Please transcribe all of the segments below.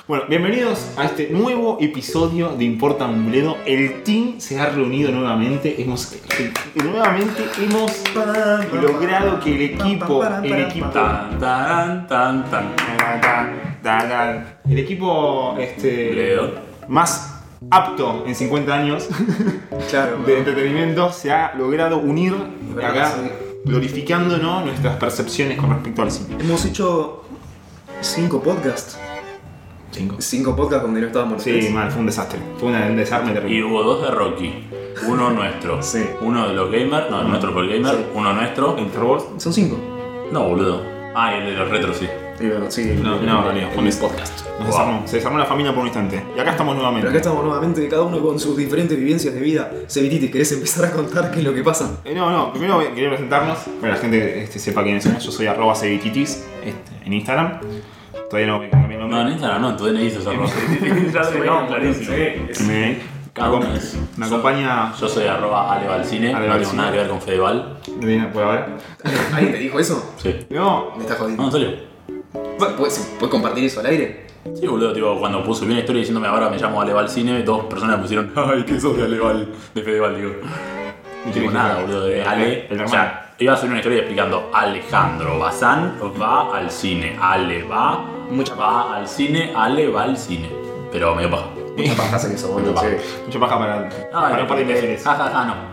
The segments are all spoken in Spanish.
Bueno, bienvenidos a este nuevo episodio de Importa un Bledo. El team se ha reunido nuevamente. Hemos logrado que el equipo Bledo. más apto en 50 años Claro, de entretenimiento se ha logrado unir acá, Sí. glorificándonos nuestras percepciones con respecto al cine. Hemos hecho 5 podcasts. 5 podcasts donde no estábamos. Sí, mal, fue un desastre. Fue un desarme Y terrible. hubo 2 de Rocky. Uno nuestro. Sí. Uno de los gamers. No, el nuestro fue el gamer. Sí. Uno nuestro. Interwars. Son 5. No, boludo. Ah, y el de los retros, sí. Sí, No, en realidad, fue el un podcast. Se desarmó la familia por un instante. Y acá estamos nuevamente. Pero acá estamos nuevamente, cada uno con sus diferentes vivencias de vida. Cevititi, ¿querés empezar a contar qué es lo que pasa? Primero quería presentarnos, para que la gente sepa quiénes somos. Yo soy @cevititis en Instagram. Todavía no me cambié el No, en nombre. Instagram no, tú DNI sos arroba. Ya sé, no, clarísimo. Cada uno es. Me acompaña. Yo soy @alevalcine. Ale No tengo Valcine. nada que ver con Fedeval. ¿Puedo ver? ¿Alguien te dijo eso? Sí. No, Me estás jodiendo. No, en serio. ¿Puedes compartir eso al aire? Sí, boludo, tipo, cuando subí una historia diciéndome ahora me llamo Alevalcine, 2 personas me pusieron, ay, ¿qué sos de Aleval? De Fedeval, digo. ¿Y Y qué tipo, dijiste? nada, boludo, de Ale. El O sea, iba a hacer una historia explicando Alejandro Bazán va al cine, Ale va, Mucha va al cine, Ale va al cine. Pero medio paja. Mucha paja hacer eso, boludo. Mucha paja. mucha paja para un par de imbéciles. Jajaja, no.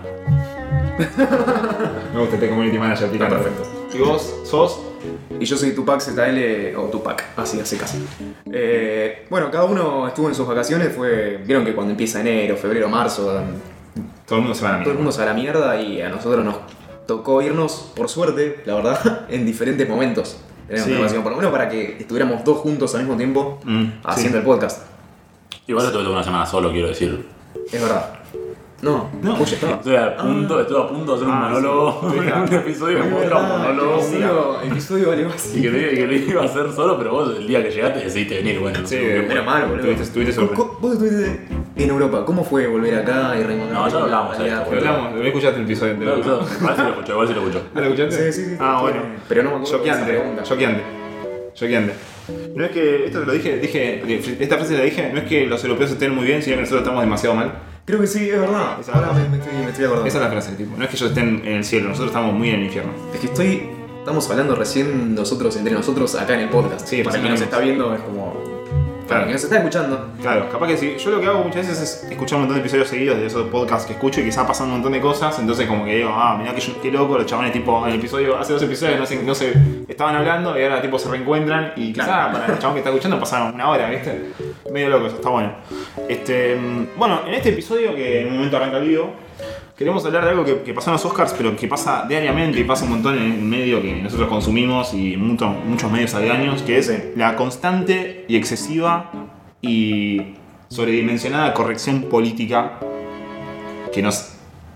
Me gusta este community manager tirando. Perfecto. ¿Y vos sos? Y yo soy Tupac ZL o Tupac, así hace caso. Bueno, cada uno estuvo en sus vacaciones. Vieron que cuando empieza enero, febrero, marzo, Todo el mundo se va a la todo el mierda. mundo se va a la mierda y a nosotros nos tocó irnos, por suerte, la verdad, en diferentes momentos. Tenemos Sí. una relación, por lo menos para que estuviéramos 2 juntos al mismo tiempo haciendo sí. el podcast. Igual estuve toda una semana solo, quiero decir. Es verdad. No, No. Uy, ya estaba. Estuve a punto de hacer un monólogo, sí. un episodio de podcast monólogo. Episodio vale Y más. que lo iba a hacer solo, pero vos el día que llegaste decidiste venir, bueno. no Sí, sé por qué. Menos mal, boludo. Estuviste sobre. Vos estuviste en Europa. ¿Cómo fue volver acá y reencontrarte? No, ya lo hablamos, con la esto, realidad? Hablamos, lo escuchaste el episodio entero. Igual sí lo escuchó, igual sí lo escuchó. ¿Ah, lo escuchaste? Sí. Ah, bueno. Pero no me acuerdo de esa pregunta. Choqueante. No es que, esto te lo dije, esta frase la dije, no es que los europeos estén muy bien, sino que nosotros estamos demasiado mal. Creo que sí, es verdad. Esa Ahora es la me estoy acordando. Esa es la frase, tipo. No es que ellos estén en el cielo, nosotros estamos muy en el infierno. Es que estamos hablando recién nosotros, entre nosotros, acá en el podcast. Sí, para el que nos está viendo es como... Para el que nos está escuchando. Claro, capaz que sí. Yo lo que hago muchas veces es escuchar un montón de episodios seguidos de esos podcasts que escucho y quizás pasan un montón de cosas, entonces como que digo, mirá qué loco, los chavales tipo en el episodio, hace 2 episodios no se estaban hablando y ahora tipo se reencuentran y quizás para el chabón que está escuchando pasaron 1 hora, ¿viste? Medio loco eso, está bueno. Bueno, en este episodio que en un momento arranca el video, queremos hablar de algo que pasó en los Oscars, pero que pasa diariamente y pasa un montón en el medio que nosotros consumimos y muchos medios aledaños, que es la constante y excesiva y sobredimensionada corrección política que nos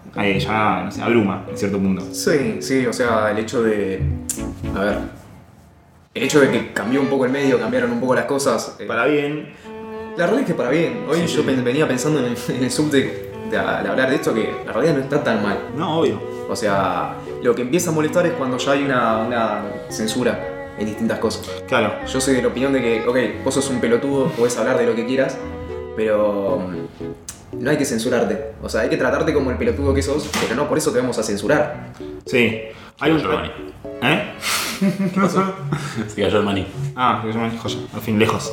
abruma en cierto punto. Sí, o sea, el hecho de... A ver... El hecho de que cambió un poco el medio, cambiaron un poco las cosas... Para bien, La realidad es que para bien. Hoy Sí, yo sí. venía pensando en el subte al hablar de esto que la realidad no está tan mal. no, obvio. O sea, lo que empieza a molestar es cuando ya hay una censura en distintas cosas. Claro, Yo soy de la opinión de que, ok, vos sos un pelotudo, podés hablar de lo que quieras, pero no hay que censurarte. O sea, hay que tratarte como el pelotudo que sos, pero no por eso te vamos a censurar. sí. Hay un... Germany. ¿Eh? Sí, cayó el maní. Que yo me joya, al fin, lejos.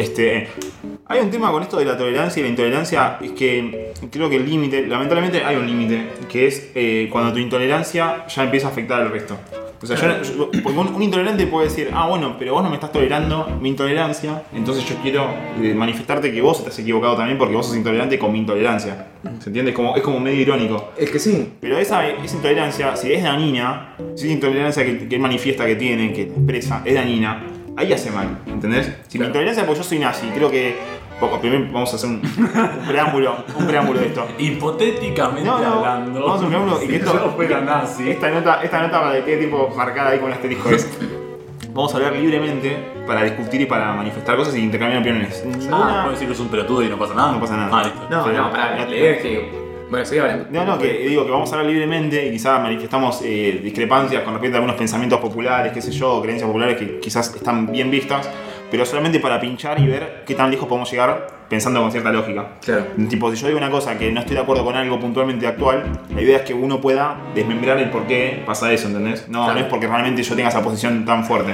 Hay un tema con esto de la tolerancia y la intolerancia, es que creo que el límite, lamentablemente hay un límite, que es cuando tu intolerancia ya empieza a afectar al resto. O sea, porque un intolerante puede decir, bueno, pero vos no me estás tolerando mi intolerancia, entonces yo quiero manifestarte que vos estás equivocado también porque vos sos intolerante con mi intolerancia. ¿Se entiende? Es como medio irónico. Es que sí. Pero esa intolerancia, si es dañina, si es intolerancia que él manifiesta que tiene, que expresa, es dañina, ahí hace mal, ¿entendés? Si mi intolerancia, porque yo soy nazi, creo que... Primero vamos a hacer un preámbulo de esto. Hipotéticamente No, hablando. vamos a un preámbulo y que esto... yo fuera nazi. Esta nota para de qué tipo marcada ahí con asterisco es. Vamos a hablar libremente para discutir y para manifestar cosas y intercambiar opiniones. Puedo decir que es un pelotudo y no pasa nada. No pasa nada. Listo. No, pará, la idea es que... Bueno, sigue hablando. No, que digo que vamos a hablar libremente y quizás manifestamos discrepancias con respecto a algunos pensamientos populares, qué sé yo, creencias populares que quizás están bien vistas, pero solamente para pinchar y ver qué tan lejos podemos llegar pensando con cierta lógica. Claro. Tipo, si yo digo una cosa que no estoy de acuerdo con algo puntualmente actual, la idea es que uno pueda desmembrar el por qué pasa eso, ¿entendés? No, Claro. no es porque realmente yo tenga esa posición tan fuerte.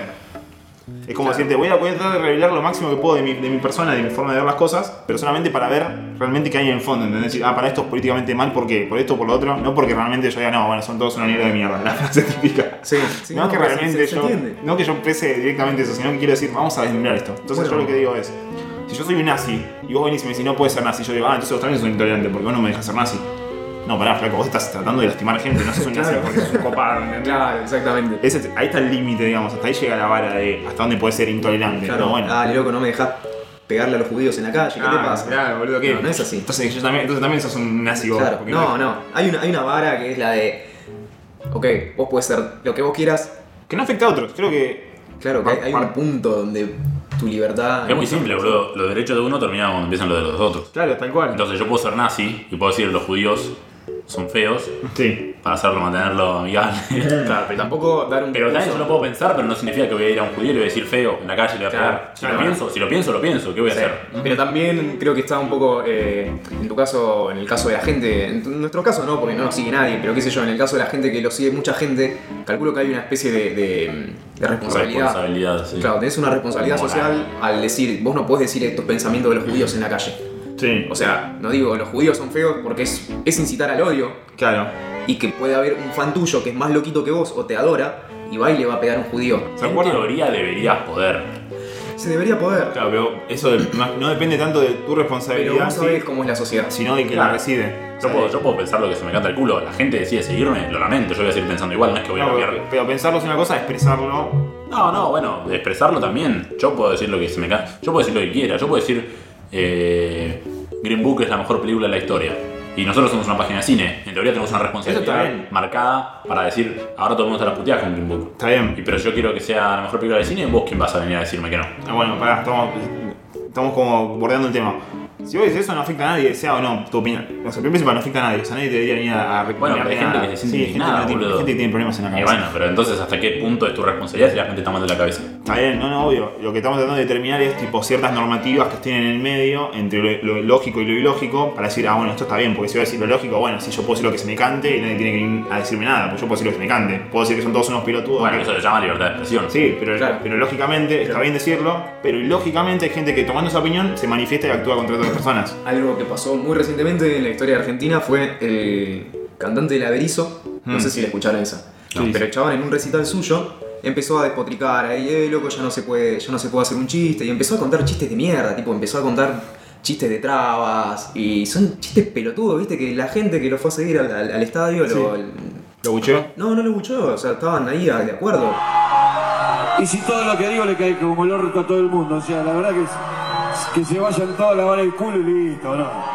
Es como decirte, voy a tratar de revelar lo máximo que puedo de mi persona, de mi forma de ver las cosas, pero solamente para ver realmente qué hay en el fondo, ¿entendés? Decir, para esto es políticamente mal, ¿por qué? Por esto o por lo otro, no porque realmente yo diga, no, bueno, son todos una mierda de mierda, la frase típica. Sí, sí, no, que pero realmente se yo, entiende. no que yo pese directamente eso, sino que quiero decir, vamos a desmembrar esto. Entonces Bueno. yo lo que digo es, si yo soy un nazi y vos venís y me decís, no puedes ser nazi, yo digo, entonces vos también sos un intolerante, porque vos no me dejas ser nazi. No, pará, flaco, vos estás tratando de lastimar gente, no sos un nazi Claro. porque sos un copado, ¿entendés? Claro, exactamente. Ahí está el límite, digamos, hasta ahí llega la vara de hasta dónde puedes ser intolerante. Claro, Pero bueno. dale, loco, no me dejás pegarle a los judíos en la calle, ¿qué te pasa? Claro, boludo, ¿qué? No, no es así. Entonces también sos un nazi vos. Claro, porque no. Hay una vara que es la de. Ok, vos puedes ser lo que vos quieras. Que no afecta a otros, creo que. Claro, que hay un punto donde tu libertad. Es muy simple, boludo. Los derechos de uno terminan cuando empiezan los de los otros. Claro, tal cual. Entonces yo puedo ser nazi y puedo decir los judíos son feos Sí. para hacerlo, mantenerlo amigable. Claro, pero tampoco dar un Pero también discurso- yo lo puedo pensar, pero no significa que voy a ir a un judío y le voy a decir feo en la calle y le voy a Claro, pegar. Si claro. lo pienso, lo pienso. ¿Qué voy a Sí, hacer? pero también creo que está un poco, en tu caso, en el caso de la gente, en nuestro caso no, porque no nos sigue nadie, pero qué sé yo, en el caso de la gente que lo sigue mucha gente, calculo que hay una especie de responsabilidad. Responsabilidad, sí. Claro, tenés una responsabilidad Moral. social al decir, vos no podés decir estos pensamientos de los judíos en la calle. Sí. O sea, no digo los judíos son feos porque es incitar al odio Claro. y que puede haber un fan tuyo que es más loquito que vos o te adora y va y le va a pegar a un judío. ¿Se En acuerdan? teoría deberías poder. Se debería poder, Claro, pero eso no depende tanto de tu pero responsabilidad, vos sabés sí, cómo es la sociedad. sino de que Claro. la reside. Yo puedo pensar lo que se me canta el culo. La gente decide seguirme, lo lamento. Yo voy a seguir pensando igual, no es que voy a No, cambiar. pero pensarlo es una cosa, expresarlo. No, bueno, de expresarlo también. Yo puedo decir lo que se me canta. Yo puedo decir lo que quiera. Yo puedo decir. Green Book es la mejor película de la historia. Y nosotros somos una página de cine. En teoría tenemos una Eso está responsabilidad bien. marcada para decir, ahora todo el mundo está las puteadas con Green Book. Está bien. Pero yo quiero que sea la mejor película de cine, vos quién vas a venir a decirme que no. Bueno, pará, estamos como bordeando el tema. Si vos dices eso no afecta a nadie, sea o no, tu opinión. O sea, primero no afecta a nadie, o sea, nadie te debería venir a Bueno, reclamar pero hay de gente nada. que se siente Sí, indignada, boludo. gente que tiene problemas en la Y cabeza. bueno, pero entonces hasta qué punto es tu responsabilidad si la gente está mal de la cabeza. Está bien, no, obvio. Lo que estamos tratando de determinar es tipo ciertas normativas que estén en el medio entre lo lógico y lo ilógico para decir, bueno, esto está bien, porque si voy a decir lo lógico, bueno, sí, yo puedo decir lo que se me cante y nadie tiene que venir a decirme nada, porque yo puedo decir lo que se me cante. Puedo decir que son todos unos pilotudos. Bueno, que- eso se llama libertad de expresión. Sí, pero, Claro. pero lógicamente está bien decirlo, pero ilógicamente hay gente que tomando esa opinión se manifiesta y actúa contra otras personas. Algo que pasó muy recientemente en la historia de Argentina fue el cantante del Averizo, no sé si la escucharon esa, No. pero el chabón en un recital suyo empezó a despotricar ahí, loco, ya no se puede hacer un chiste, y empezó a contar chistes de mierda, tipo, empezó a contar chistes de trabas, y son chistes pelotudos, viste, que la gente que lo fue a seguir al estadio ¿Lo bucheó? no lo escuchó, o sea, estaban ahí de acuerdo. Y si todo lo que digo le cae como el orto a todo el mundo, o sea, la verdad que se vayan todos a lavar el culo y listo, ¿no?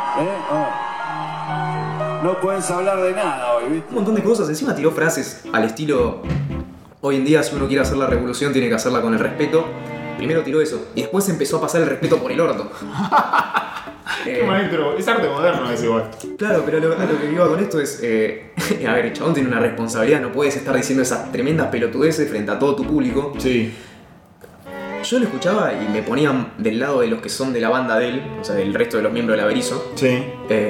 No puedes hablar de nada hoy, ¿viste? Un montón de cosas, encima tiró frases al estilo, hoy en día si uno quiere hacer la revolución tiene que hacerla con el respeto. Primero tiró eso, y después empezó a pasar el respeto por el orto. Maestro, es arte moderno ese igual. Claro, pero a lo que iba con esto es, a ver, el chabón tiene una responsabilidad, no puedes estar diciendo esas tremendas pelotudeces frente a todo tu público. Sí. Yo lo escuchaba y me ponían del lado de los que son de la banda de él, o sea, del resto de los miembros del Averizo. Sí.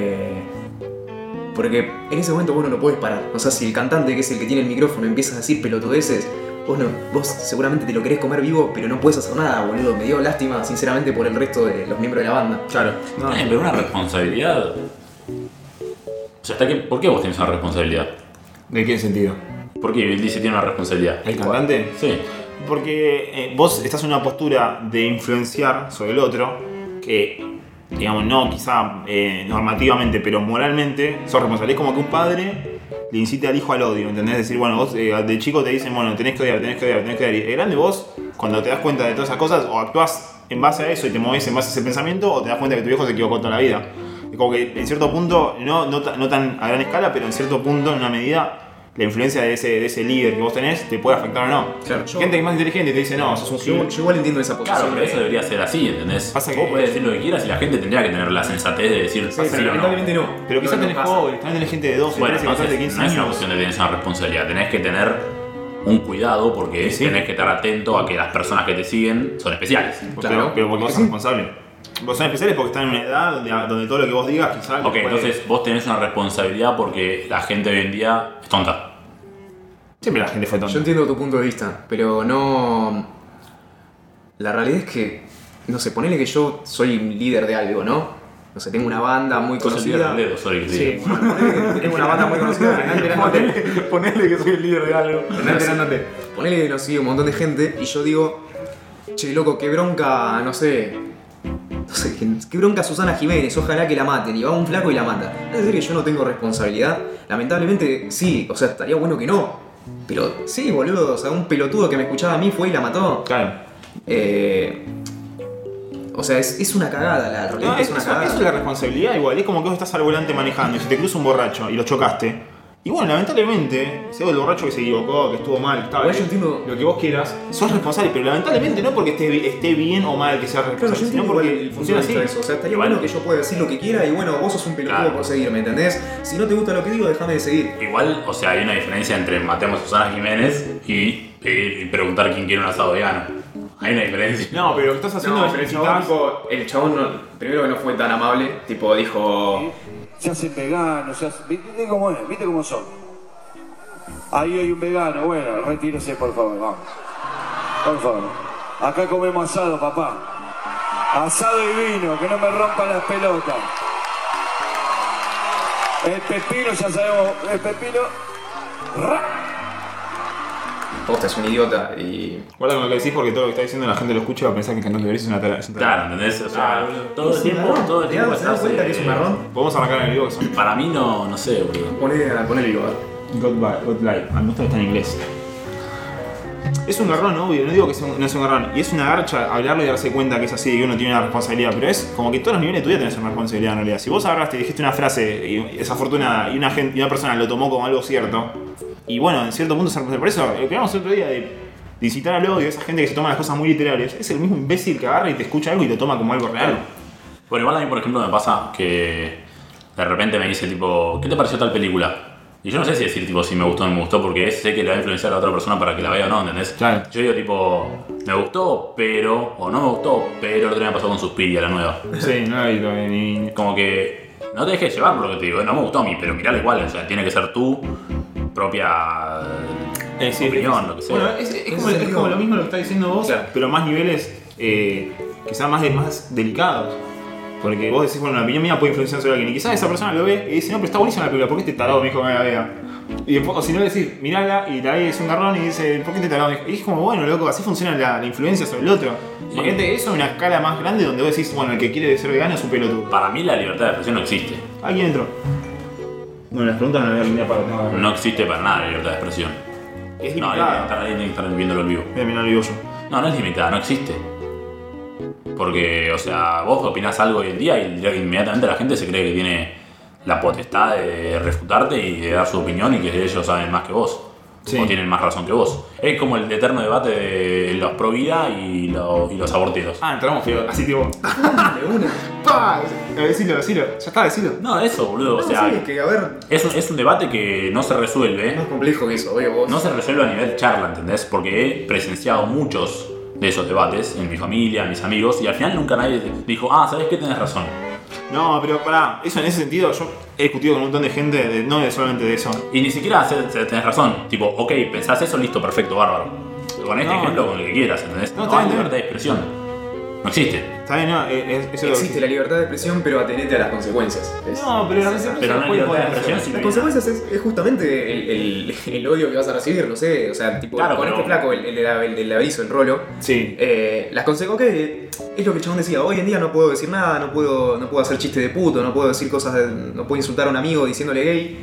Porque en ese momento vos no lo podés parar. O sea, si el cantante, que es el que tiene el micrófono, empieza a decir pelotudeces, vos seguramente te lo querés comer vivo, pero no puedes hacer nada, boludo. Me dio lástima, sinceramente, por el resto de los miembros de la banda. Claro. No. Pero una responsabilidad. O sea, ¿por qué vos tenés una responsabilidad? ¿De qué sentido? ¿Por qué él dice tiene una responsabilidad? ¿El cantante? Sí. Porque vos estás en una postura de influenciar sobre el otro que, digamos, no quizá normativamente, pero moralmente sos responsable. Es como que un padre le incite al hijo al odio, ¿entendés? Es decir, bueno, vos de chico te dicen, bueno, tenés que odiar. Y de grande vos, cuando te das cuenta de todas esas cosas, o actuás en base a eso y te movés en base a ese pensamiento, o te das cuenta que tu viejo se equivocó toda la vida. Es como que en cierto punto, no tan a gran escala, pero en cierto punto, en una medida, la influencia de ese líder que vos tenés te puede afectar o no. Claro, Gente que es más inteligente te dice, no, sos un Yo gil. igual entiendo esa posición. Claro, pero eso debería ser así, ¿entendés? Pasa Vos que- podés decir lo que quieras y la gente tendría que tener la sensatez de decir Sí, sí pero o no. lamentablemente no. Pero quizás No tenés pasa. jóvenes, también tenés gente de 12, Bueno, 13, 14, entonces 15 no es una años. cuestión de tener una responsabilidad, tenés que tener un cuidado porque Sí. tenés que estar atento a que las personas que te siguen son especiales. Claro. Pero porque vos sos responsable. Vos sos especiales porque están en una edad donde todo lo que vos digas quizás... Ok, entonces vos tenés una responsabilidad porque la gente hoy en día es tonta. Siempre la gente fue tonta. Yo entiendo tu punto de vista, pero no... La realidad es que, no sé, ponele que yo soy líder de algo, ¿no? No sé, tengo una banda muy Sos el líder conocida. del dedo, sorry que te Sí. diga. Ponele que tengo una banda muy conocida, Ponele que soy el líder de algo. Ponele que nos sigue un montón de gente y yo digo, che, loco, qué bronca, no sé, qué bronca Susana Jiménez, ojalá que la maten. Y va un flaco y la mata. Es decir, que yo no tengo responsabilidad. Lamentablemente, sí, o sea, estaría bueno que no. Pero sí, boludo, o sea, un pelotudo que me escuchaba a mí fue y la mató. Claro. O sea, es una cagada, la realidad No, es una cagada. eso es la responsabilidad igual. Es como que vos estás al volante manejando y si te cruza un borracho y lo chocaste. Y bueno, lamentablemente, sea el borracho que se equivocó, que estuvo mal, que estaba Igual yo bien, entiendo- lo que vos quieras, sos responsable, pero lamentablemente no porque esté bien o mal que seas Claro, responsable, yo sino entiendo porque igual el punto funciona de así. vista de eso. O sea, estaría Igual- bueno que yo pueda decir lo que quiera y bueno, vos sos un pelotudo Claro. por seguir, ¿me entendés? Si no te gusta lo que digo, déjame de seguir. Igual, o sea, hay una diferencia entre matemos a Susana Jiménez y pedir y preguntar quién quiere un asado vegano. Hay una diferencia. No, pero lo que estás haciendo es el chabón primero que no fue tan amable, tipo dijo... Se hacen veganos, ¿viste cómo es? ¿Viste cómo son? Ahí hay un vegano, bueno, retírese por favor, vamos. Por favor. Acá comemos asado, papá. Asado y vino, que no me rompan las pelotas. El pepino, ya sabemos, el pepino... ¡ra! Posta, es un idiota y... Guarda con lo que decís porque todo lo que está diciendo la gente lo escucha y va a pensar que Cantante Deberes es una tarea. Claro, ¿entendés? O sea, todo el ¿Es un tiempo, marrón? todo el ¿Te tiempo das cuenta que es un marrón? Podemos arrancar en el video que son Para mí no sé, boludo. Poné el video. God Light. A mí me gusta que está en inglés. Es un garrón, obvio, no digo que no es un garrón. Y es una garcha hablarlo y darse cuenta que es así y uno tiene una responsabilidad. Pero es como que todos los niveles de tu vida tenés una responsabilidad en realidad. Si vos agarraste y dijiste una frase y desafortunada y una persona lo tomó como algo cierto, y bueno, en cierto punto es responsable. Por eso, lo que hablamos el otro día de citar al odio, esa gente que se toma las cosas muy literales, es el mismo imbécil que agarra y te escucha algo y lo toma como algo real. Bueno, igual a mí, por ejemplo, me pasa que de repente me dice, tipo, ¿qué te pareció tal película? Y yo no sé si decir, tipo, si me gustó o no me gustó, porque sé que le va a influenciar a la otra persona para que la vea o no, ¿entendés? Claro. Yo digo, tipo, me gustó, pero, o no me gustó, pero el otro día me pasó con Suspiria, la nueva. Sí, no hay ni. Como que no te dejes llevar por lo que te digo, no me gustó a mí, pero miralo igual, o sea, tiene que ser tu propia Sí, opinión, lo que sea. Bueno, es como lo mismo lo que estás diciendo vos, Claro. pero más niveles quizás más delicados. Porque vos decís, bueno, la opinión mía puede influenciar sobre alguien. Y quizás esa persona lo ve y dice, no, pero está buenísima la película, ¿por qué este tarado me dijo que me la vea? Y después, o si no, decís, mirala y la ve es un garrón y dice, ¿por qué este tarado me dijo? Y es como, bueno, loco, así funciona la influencia sobre el otro. Imagínate eso en una escala más grande donde vos decís, bueno, el que quiere ser vegano es un pelotudo. Para mí la libertad de expresión no existe. ¿Alguien entró? Bueno, las preguntas no las voy a alinear para nada. No existe para nada la libertad de expresión. Es No, limitada. alguien tiene que estar viéndolo en vivo. Voy a mirar el vivo yo. No, no es limitada, no existe. Porque, o sea, vos opinás algo hoy en día y inmediatamente la gente se cree que tiene la potestad de refutarte y de dar su opinión y que ellos saben más que vos. Sí. O tienen más razón que vos. Es como el eterno debate de los pro vida y los aborteros. Ah, entramos feo, así tipo. De una. ¡Pah! Decilo. Ya está, decilo. No, eso, boludo. O No, sea, sí, que a ver, es un debate que no se es resuelve. más complejo que eso, obvio, vos. No se resuelve a nivel charla, ¿entendés? Porque he presenciado muchos de esos debates en mi familia, en mis amigos, y al final nunca nadie dijo, ah, ¿sabes qué? Tenés razón. No, pero pará, eso en ese sentido yo he discutido con un montón de gente, no solamente de eso. Y ni siquiera tenés razón. Tipo, ok, pensás eso, listo, perfecto, bárbaro. Con este No, ejemplo, no. con el que quieras, ¿entendés? No, No, está hay bien, libertad de expresión. No existe. Está bien, no, eso Existe la libertad de expresión, pero atenete a las consecuencias. No, pero Pero no hay libertad de expresión sin Las vida. consecuencias es justamente el odio que vas a recibir, no sé, o sea, tipo, Claro, con pero- este flaco, el del aviso, el rolo, Sí. las consecuencias, es lo que el chabón decía, hoy en día no puedo decir nada, no puedo hacer chistes de puto, no puedo decir cosas, no puedo insultar a un amigo diciéndole gay,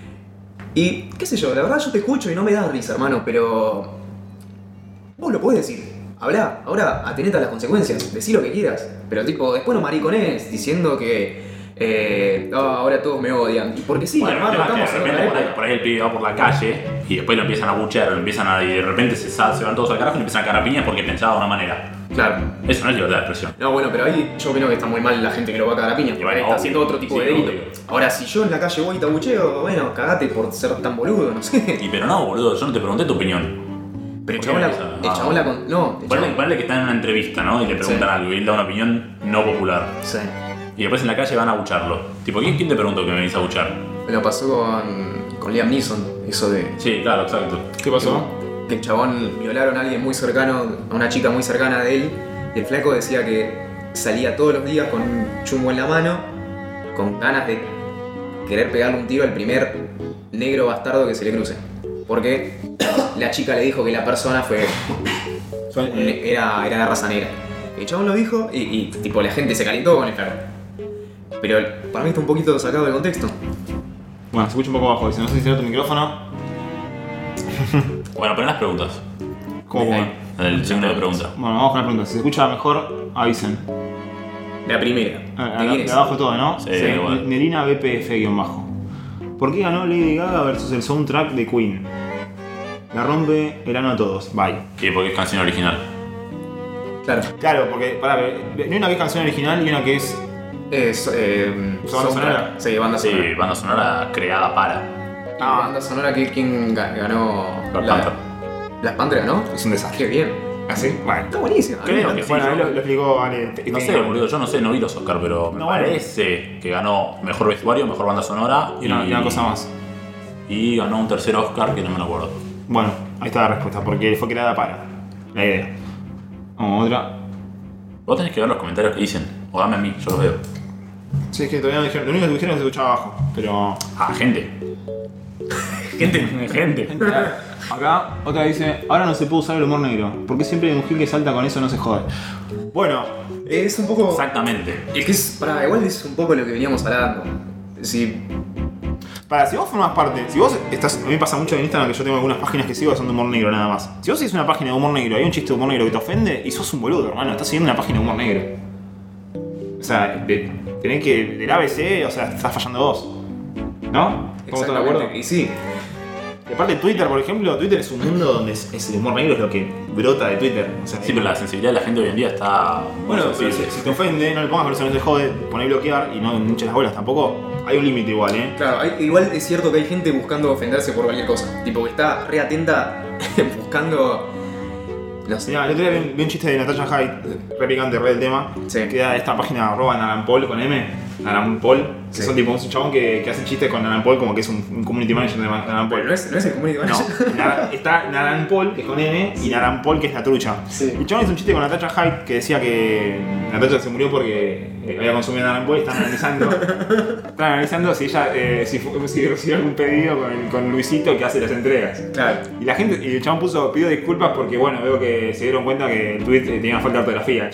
y qué sé yo, la verdad yo te escucho y no me da risa, hermano, pero vos lo podés decir. Hablá, ahora atenete a las consecuencias, decí lo que quieras, pero tipo, después no mariconés diciendo que ahora todos me odian. Y porque sí, Bueno, hermano, el tema es estamos que en de otra repente época. por ahí el pibe va por la calle y después lo empiezan a buchear, lo empiezan a, y de repente se van todos al carajo y le empiezan a cagar piñas porque pensaba de una manera. Claro. Eso no es libertad de expresión. No, bueno, pero ahí yo opino que está muy mal la gente que lo va a cagar a piña, porque bueno, está obvio. haciendo otro tipo Sí, de delito. obvio. Ahora, si yo en la calle voy y te abucheo, bueno, cagate por ser tan boludo, no sé. Y pero no, boludo, yo no te pregunté tu opinión. Pero el ¿Por qué chabón la. me dice? El chabón la. No, el chabón. Ponele que están en una entrevista, ¿no? Y le preguntan algo y él da una opinión no popular. Sí. Y después en la calle van a abucharlo. Tipo, ¿quién te preguntó que me venís a abuchar? Me lo pasó con Liam Neeson, eso de. Sí, claro, exacto. ¿Qué pasó? Que el chabón violaron a alguien muy cercano, a una chica muy cercana de él, y el flaco decía que salía todos los días con un chumbo en la mano, con ganas de querer pegarle un tiro al primer negro bastardo que se le cruce. Porque la chica le dijo que la persona era de raza negra. El chabón lo dijo y tipo la gente se calentó con el flaco. Pero para mí está un poquito sacado de contexto. Bueno, se escucha un poco bajo. Si no sé si será tu micrófono. Bueno, ponen las preguntas. ¿Cómo bueno? El signo de pregunta. Bueno, vamos con la pregunta. Si se escucha mejor, avisen. La primera. ¿De quién De es? abajo todo, ¿no? Sí, bueno. Nerina BPF-bajo. ¿Por qué ganó Lady Gaga versus el soundtrack de Queen? La rompe el ano a todos. Bye. Sí, porque es canción original. Claro. Claro, porque, pará, hay una que es canción original y una que es. ¿Banda sonora? Sí, banda sonora. Sí, banda sonora creada para. Banda sonora que quién ganó. Black Panther. Black Panther ganó. Es un desastre. Qué bien. ¿Ah, sí? Bueno. Está buenísimo. Creo que sí. Bueno, yo- ahí lo explicó Ale. No sé, boludo, yo no sé, no vi los Oscar, pero me No, bueno. parece que ganó mejor vestuario, mejor banda sonora Y una cosa más. Y ganó un tercer Oscar que no me lo acuerdo. Bueno, ahí está la respuesta, porque fue creada para la idea. Vamos a otra. Vos tenés que ver los comentarios que dicen, o dame a mí, yo los veo. Sí, es que todavía no dijeron. Lo único que dijeron es que se escuchaba abajo. Pero. Ah, gente. gente. Acá otra dice: ahora no se puede usar el humor negro. ¿Por qué siempre hay un gil que salta con eso no se jode? Bueno, Es un poco. Exactamente. Es que es. Igual es un poco lo que veníamos hablando. Si. si vos formás parte, si vos estás. A mí me pasa mucho en Instagram que yo tengo algunas páginas que sigo que son de humor negro nada más. Si vos seguís una página de humor negro y hay un chiste de humor negro que te ofende, y sos un boludo, hermano, estás siguiendo una página de humor negro. O sea, tenés que. Del ABC, o sea, estás fallando vos. ¿No? ¿Estamos todos de acuerdo? Y sí. Y aparte Twitter, por ejemplo, Twitter es un mundo donde es el humor negro es lo que brota de Twitter. O sea, Sí, pero la sensibilidad de la gente hoy en día está. bueno, muy pero sensible. si te ofende, no le pongas pero eso no te jode, poné bloquear y no hinches las bolas tampoco. Hay un límite igual, Claro, igual es cierto que hay gente buscando ofenderse por cualquier cosa. Tipo que está re atenta buscando. No sé. Mirá, el otro día vi un chiste de Natasha Hyde, re picante, re del tema, Sí. que era esta página @naranpol con M, Naranpol, que Sí. son tipo un chabón que hace chistes con Naranpol como que es un community manager de Naranpol. No es el community No, manager. está Naranpol, que es con N, y Naranpol, que es la trucha. Sí. Y el chabón hizo un chiste con Natasha Hyde que decía que Natasha se murió porque había consumido Naranpol y estaban analizando si ella si recibió algún pedido con Luisito que hace las entregas. Claro. Y la gente, y el chabón pidió disculpas porque bueno, veo que se dieron cuenta que el tweet tenía una falta de ortografía.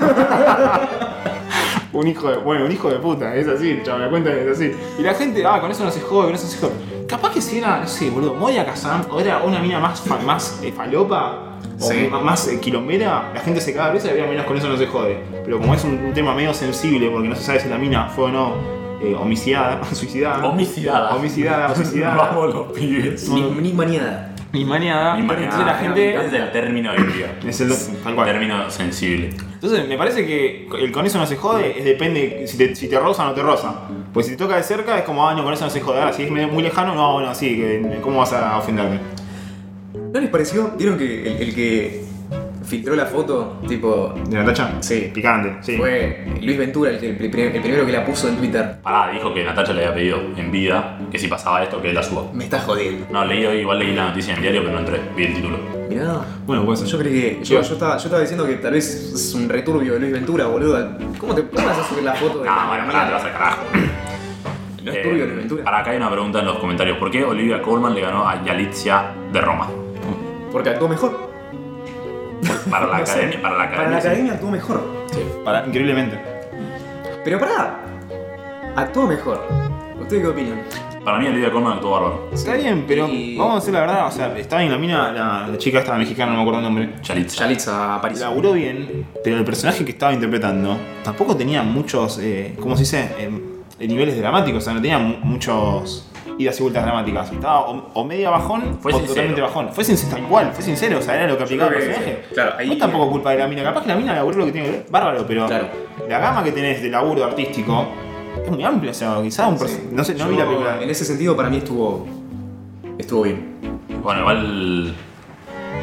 un hijo de puta, es así, el chabón, me cuenta que es así. Y la gente, con eso no se jode, con eso no se jode. Capaz que si era, no sé, boludo, Moria Kazan, o era una mina más falopa, Sí. o más quilombera, la gente se caga de risa y había minas con eso no se jode. Pero como es un tema medio sensible, porque no se sabe si la mina fue o no suicidada. Homicidada. Vamos los pibes. Ni maniada. Ni maniada. Entonces la gente. Es el término hoy en día. Es el tal cual. Término sensible. Entonces me parece que el con eso no se jode, depende si te roza o no te roza. Pues si te toca de cerca es como, no, con eso no se jode. Ahora si es muy lejano, no, bueno, sí, ¿cómo vas a ofenderte? ¿No les pareció? ¿Vieron que el que filtró la foto, tipo. ¿De Natacha? Sí. Picante, sí. Fue Luis Ventura el primero que la puso en Twitter? Pará, dijo que Natacha le había pedido en vida que si pasaba esto que él la suba. Me estás jodiendo. No, igual leí la noticia en el diario, pero no entré, vi el título. Mirá. Bueno, pues Yo creí que. Yo estaba diciendo que tal vez es un returbio de Luis Ventura, boludo. ¿Cómo vas a subir la foto de.? Ah, bueno, pará, te vas al carajo. No es turbio Luis Ventura. Para acá hay una pregunta en los comentarios. ¿Por qué Olivia Colman le ganó a Yalitza de Roma? Porque actuó mejor. Para la No sé. academia. Para la Para la academia. sí. academia actuó mejor. Increíblemente. Pero pará. Actuó mejor. ¿Ustedes qué opinan? Para mí Olivia Colman actuó bárbaro. Está bien, pero Y- vamos a decir la verdad, o sea, está bien la mina, la chica esta mexicana, no me acuerdo el nombre. Yalitza. Yalitza Aparicio. Laburó bien, pero el personaje que estaba interpretando tampoco tenía muchos, ¿cómo se dice? Niveles dramáticos, o sea, no tenía muchos idas y vueltas dramáticas. Estaba o media bajón Fue o sincero. totalmente bajón. Fue sincero, tal cual, fue sincero, o sea, era lo que aplicaba el creo que- personaje. claro, ahí- No es tampoco culpa de la mina, capaz que la mina laburó lo que tiene que ver, bárbaro, pero Claro. la gama que tenés de laburo artístico es muy amplia, o sea, quizás no sé, no vi la película. En ese sentido, para mí estuvo bien. Bueno, igual.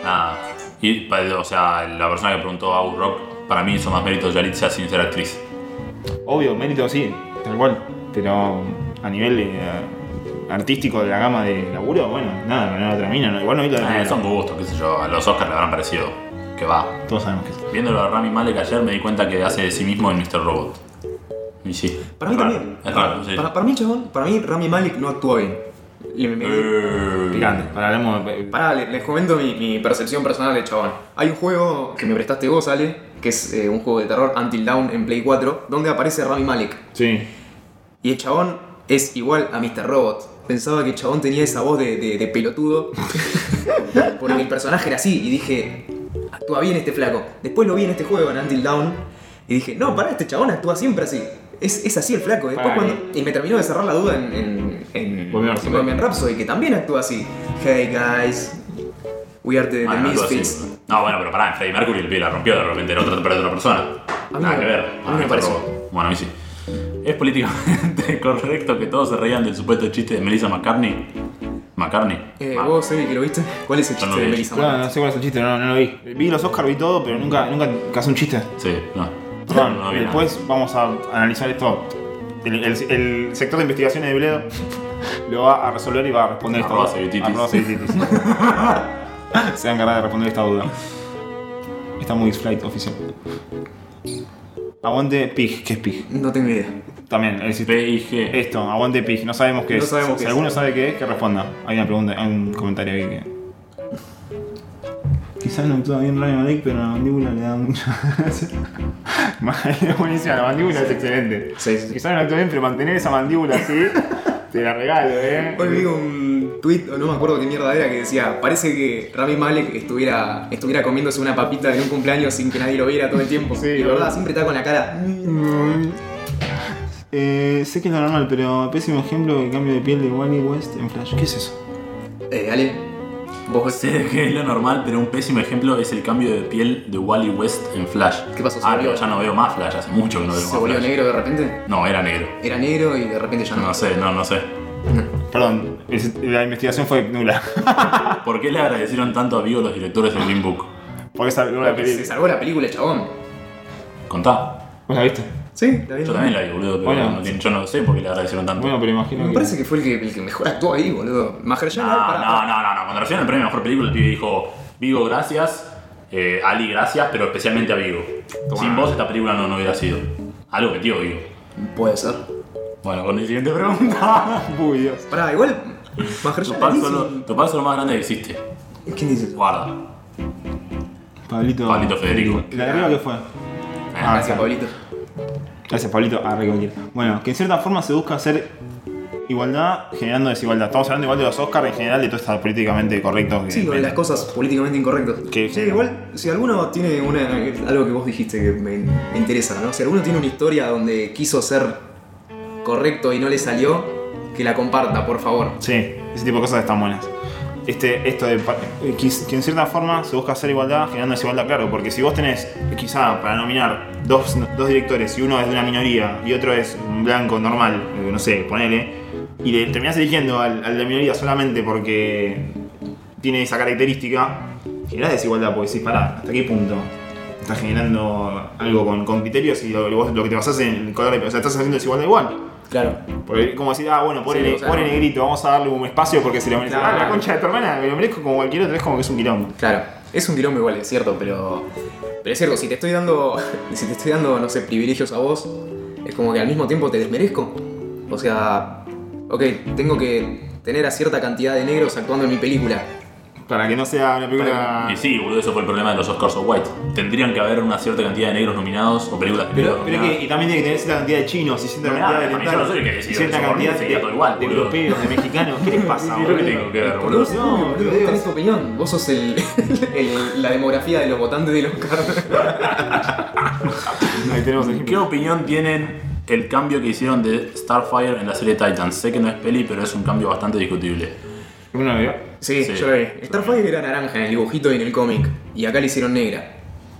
Nada. Y, o sea, la persona que preguntó a Rock, para mí hizo más méritos Yalitza sin ser actriz. Obvio, mérito sí, tal cual. Pero a nivel artístico de la gama de laburo, bueno, nada, no termina. No, igual no vi lo de Son gustos, qué sé yo. A los Oscars le habrán parecido que va. Todos sabemos que sí. Viéndolo a Rami Malek ayer me di cuenta que hace de sí mismo en Mr. Robot. Y sí. Para mí es raro, también. Es raro, sí. Para mí, chabón, para mí Rami Malek no actúa bien. Picante. Pará, les comento mi percepción personal de chabón. Hay un juego que me prestaste vos, Ale, que es un juego de terror, Until Dawn, en Play 4, donde aparece Rami Malek. Sí. Y el chabón es igual a Mr. Robot. Pensaba que el chabón tenía esa voz de pelotudo, porque el personaje era así, y dije, actúa bien este flaco. Después lo vi en este juego, en Until Dawn, y dije, no, pará, este chabón actúa siempre así. Es así el flaco. Después y me terminó de cerrar la duda en Bohemian Rhapsody, que también actúa así. Hey guys, we are the Misfits. No, bueno, pero pará, en Freddie Mercury el pie la rompió de repente, era otra persona. Nada que ver. A mí me parece. Bueno, a mí sí. ¿Es políticamente correcto que todos se reían del supuesto chiste de Melissa McCartney? ¿Vos, Evi, que lo viste? ¿Cuál es el chiste de Melissa Claro, McCartney? no sé cuál es el chiste, no lo vi. Vi los Oscars, vi todo, pero nunca casé un chiste. Sí, no. Perdón, No vi después vamos a analizar esto. El sector de investigaciones de Bledo lo va a resolver y va a responder esta duda. Cevitis. Se va a encargar de responder esta duda. Está muy flight oficial. Aguante Pig. ¿Qué es Pig? No tengo idea. También, PIG. esto, aguante Pig. No sabemos qué No es. sabemos Si qué alguno es. sabe qué es, que responda. Hay una pregunta, hay un comentario ahí que. Quizás no actúa bien Rami Malek, pero la mandíbula le da mucha. Es buenísima, la mandíbula es excelente. Sí. Quizás no actúa bien, pero mantener esa mandíbula así, te la regalo, Hoy vi un tweet, no me acuerdo qué mierda era, que decía, parece que Rami Malek estuviera comiéndose una papita en un cumpleaños sin que nadie lo viera todo el tiempo. Sí, y la boludo. verdad, siempre está con la cara. Sé que es lo normal, pero pésimo ejemplo del cambio de piel de Wally West en Flash. ¿Qué es eso? Ale, vos Sé que es lo normal, pero un pésimo ejemplo es el cambio de piel de Wally West en Flash. ¿Qué pasó? Pero ya no veo más Flash, hace mucho que no veo se más volvió Flash. negro de repente. No, era negro. Era negro y de repente ya no. No sé. Perdón, la investigación fue nula. ¿Por qué le agradecieron tanto a Vigo los directores de Green Book? Porque salió la Se película. salvó la película, chabón. Contá. ¿Vos la viste? Sí, la vi. Yo también la vi, boludo, pero Bueno. yo no sé por qué le agradecieron tanto. Bueno, pero imagino Me que. parece que fue el que mejor actuó ahí, boludo. Mahershala, No. Cuando recibieron el premio a mejor película, el pibe dijo: Vigo, gracias. Ali, gracias, pero especialmente a Vigo. Sin vos, esta película no hubiera sido. Algo metió Vigo. Puede ser. Bueno, con la siguiente pregunta. Uy, Dios. Pará, igual. Tu Mahershala paso Ali. es lo más grande que existe. ¿Quién dice eso? Guarda. Pablito Federico. ¿Y la de arriba qué fue? Gracias, Pablito. Gracias, Pablito. Cualquiera. Bueno, que en cierta forma se busca hacer igualdad generando desigualdad. Estamos hablando igual de los Oscars en general, de todo está políticamente correcto. Sí, lo de las cosas políticamente incorrectas. Que- Sí, igual, si alguno tiene algo que vos dijiste que me interesa, ¿no? Si alguno tiene una historia donde quiso ser correcto y no le salió, que la comparta, por favor. Sí, ese tipo de cosas están buenas. Esto de que en cierta forma se busca hacer igualdad generando desigualdad, claro, porque si vos tenés quizá para nominar dos directores y uno es de una minoría y otro es un blanco normal, no sé, ponele, y le terminás eligiendo al de la minoría solamente porque tiene esa característica, generás desigualdad, porque decís, pará, ¿hasta qué punto estás generando algo con criterios y lo que te basás en el color de piel? O sea, estás haciendo desigualdad igual. Claro. Porque como decir, bueno, pobre, Sí, o sea, pobre negrito, vamos a darle un espacio porque se lo merece. Claro. La concha de tu hermana, me lo merezco como cualquier otro, es como que es un quilombo. Claro. Es un quilombo igual, es cierto, pero es cierto, si te estoy dando, no sé, privilegios a vos, es como que al mismo tiempo te desmerezco. O sea, ok, tengo que tener a cierta cantidad de negros actuando en mi película. Para que no sea una película. Y sí, boludo, eso fue el problema de los Oscars of White. Tendrían que haber una cierta cantidad de negros nominados o películas de negros Pero es nominadas. que y también tiene que tener cierta cantidad de chinos y cierta No, cantidad de yo no orientales soy el que y decidió cierta eso, por mí cantidad sería todo igual, de boludo. europeos, de mexicanos. ¿Qué les pasa, ¿Qué es lo boludo? que tengo que ver, Por boludo? vos no, boludo, vos tenés tu opinión. Vos sos la demografía de los votantes de los Oscar. Ahí tenemos el ¿Qué ejemplo. opinión tienen el cambio que hicieron de Starfire en la serie Titans? Sé que no es peli, pero es un cambio bastante discutible. ¿Uno lo vio? Sí, Sí. yo lo vi. Starfire era naranja en el dibujito y en el cómic. Y acá le hicieron negra.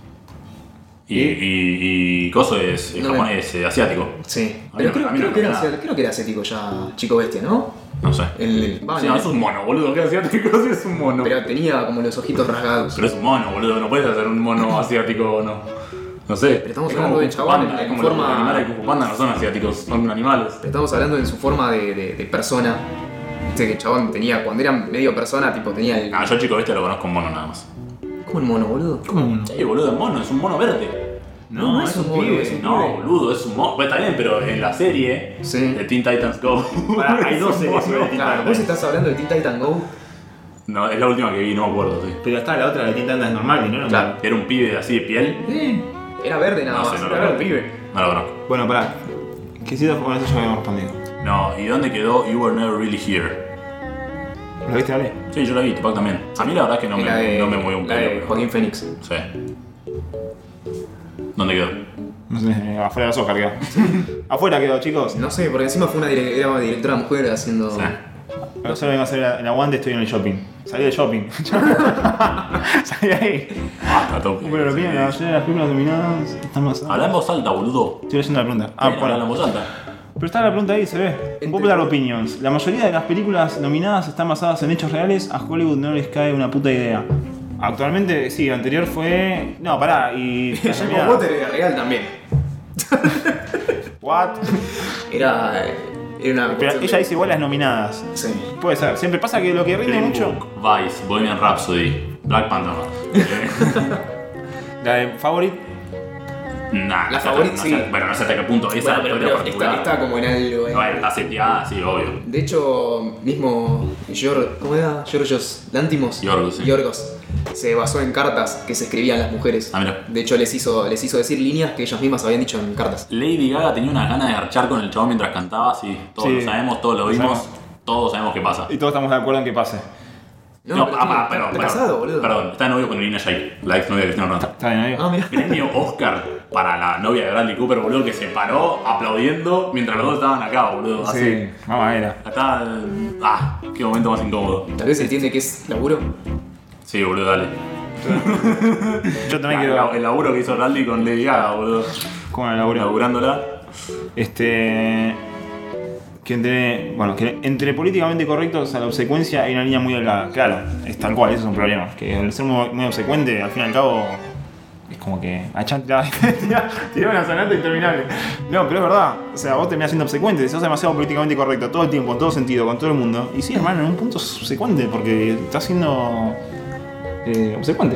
Y Coso es No japonés, asiático. Sí. A mí Pero no- a mí no creo que me era, nada. creo que era asiático ya, Chico Bestia, ¿no? No sé. Va, Sí, no, es un mono, boludo. ¿Qué asiático? Sí, es un mono. Pero tenía como los ojitos rasgados. Pero es un mono, boludo. No puedes hacer un mono asiático o no. No sé. Pero estamos Es hablando como del Kung Fu chabón Panda, en es como forma- los animales de Kung Fu Panda no son asiáticos, son animales. Estamos hablando en su forma de persona. Viste que el chabón tenía, cuando era medio persona, tipo tenía el. Ah, yo chico este lo conozco en mono nada más. ¿Cómo el mono, boludo? ¿Cómo uno? Sí, boludo, es mono, es un mono verde. No, es un mono, pibe. es un No, pibe. boludo, es un mono. Pues está bien, pero en la serie Sí. de Teen Titans Go. Pará, hay es dos un series mono. de Teen Claro, vos estás hablando de Teen Titan Go. No, es la última que vi, no me acuerdo, sí. Pero está la otra de Teen Titans normal, ¿no? Claro. Era un pibe así de piel. Era verde nada No más, sé, no lo era un conozco. pibe. No lo conozco. Bueno, pará. ¿Qué si bueno, eso ya habíamos respondido? No, ¿y dónde quedó You Were Never Really Here? ¿Lo viste, Ale? Sí, yo la vi, Tupac también. A mí la verdad es que no La de- no me movió un la de pelo. pero- Joaquín Phoenix. Sí. ¿Dónde quedó? No sé, afuera de los Oscar quedó. Afuera quedó, chicos. No sé, porque encima fue era una directora mujer haciendo. Sí. Yo solo vengo a hacer el aguante, estoy en el shopping. Salí del shopping. Salí ahí. Basta, toque. Bueno, lo piden, las películas dominadas están más. Habla en voz alta, boludo. Estoy leyendo la pregunta. Habla en Bueno. voz alta. Pero está la pregunta ahí, se ve. Popular opinions. La mayoría de las películas nominadas están basadas en hechos reales. A Hollywood no les cae una puta idea. Actualmente, sí, el anterior fue. No, pará, y. James Potter era real también. What? Era una. Pero cuestión ella de- dice igual las nominadas. Sí. Puede ser. Siempre pasa que lo que rinde Green mucho. Book, Vice, Bohemian Rhapsody, Black Panther. La de Favorite. Nah, La no sé favorita, hasta- sí. no sé- bueno, no sé hasta qué punto. Esa Bueno, pero historia está, particular. está como en algo. No, está seteada, sí, obvio. De hecho, mismo ¿cómo era? Giorgos Lántimos. Yorgos, sí. Yorgos. Se basó en cartas que se escribían las mujeres. Ah, mira. De hecho, les hizo decir líneas que ellas mismas habían dicho en cartas. Lady Gaga tenía unas ganas de archar con el chabón mientras cantaba, sí. Todos Sí. lo sabemos, todos lo Lo vimos, sabemos. todos sabemos qué pasa. Y todos estamos de acuerdo en que pase. No, pero perdón, está casado, boludo. Perdón, está de novio con Irina Shayk, la ex novia de Cristiano Ronaldo. Está bien, amigo. Ah, mira. Premio Oscar para la novia de Bradley Cooper, boludo, que se paró aplaudiendo mientras los dos estaban acá, boludo. Así. Sí, vamos, era. Acá. Qué momento más incómodo. Tal vez entiende que es laburo. Sí, boludo, dale. Yo también El quiero. laburo que hizo Bradley con Lady Gaga, boludo. ¿Cómo me laburo? Laburándola. Que entre políticamente correctos a la obsecuencia hay una línea muy delgada. Claro, es tal cual, eso es un problema. Que al ser muy obsecuente, al fin y al cabo, es como que tirar una sonata interminable. No, pero es verdad. O sea, vos terminás siendo obsecuente, sos demasiado políticamente correcto todo el tiempo, en todo sentido, con todo el mundo. Y sí, hermano, en un punto sos obsecuente porque estás siendo obsecuente.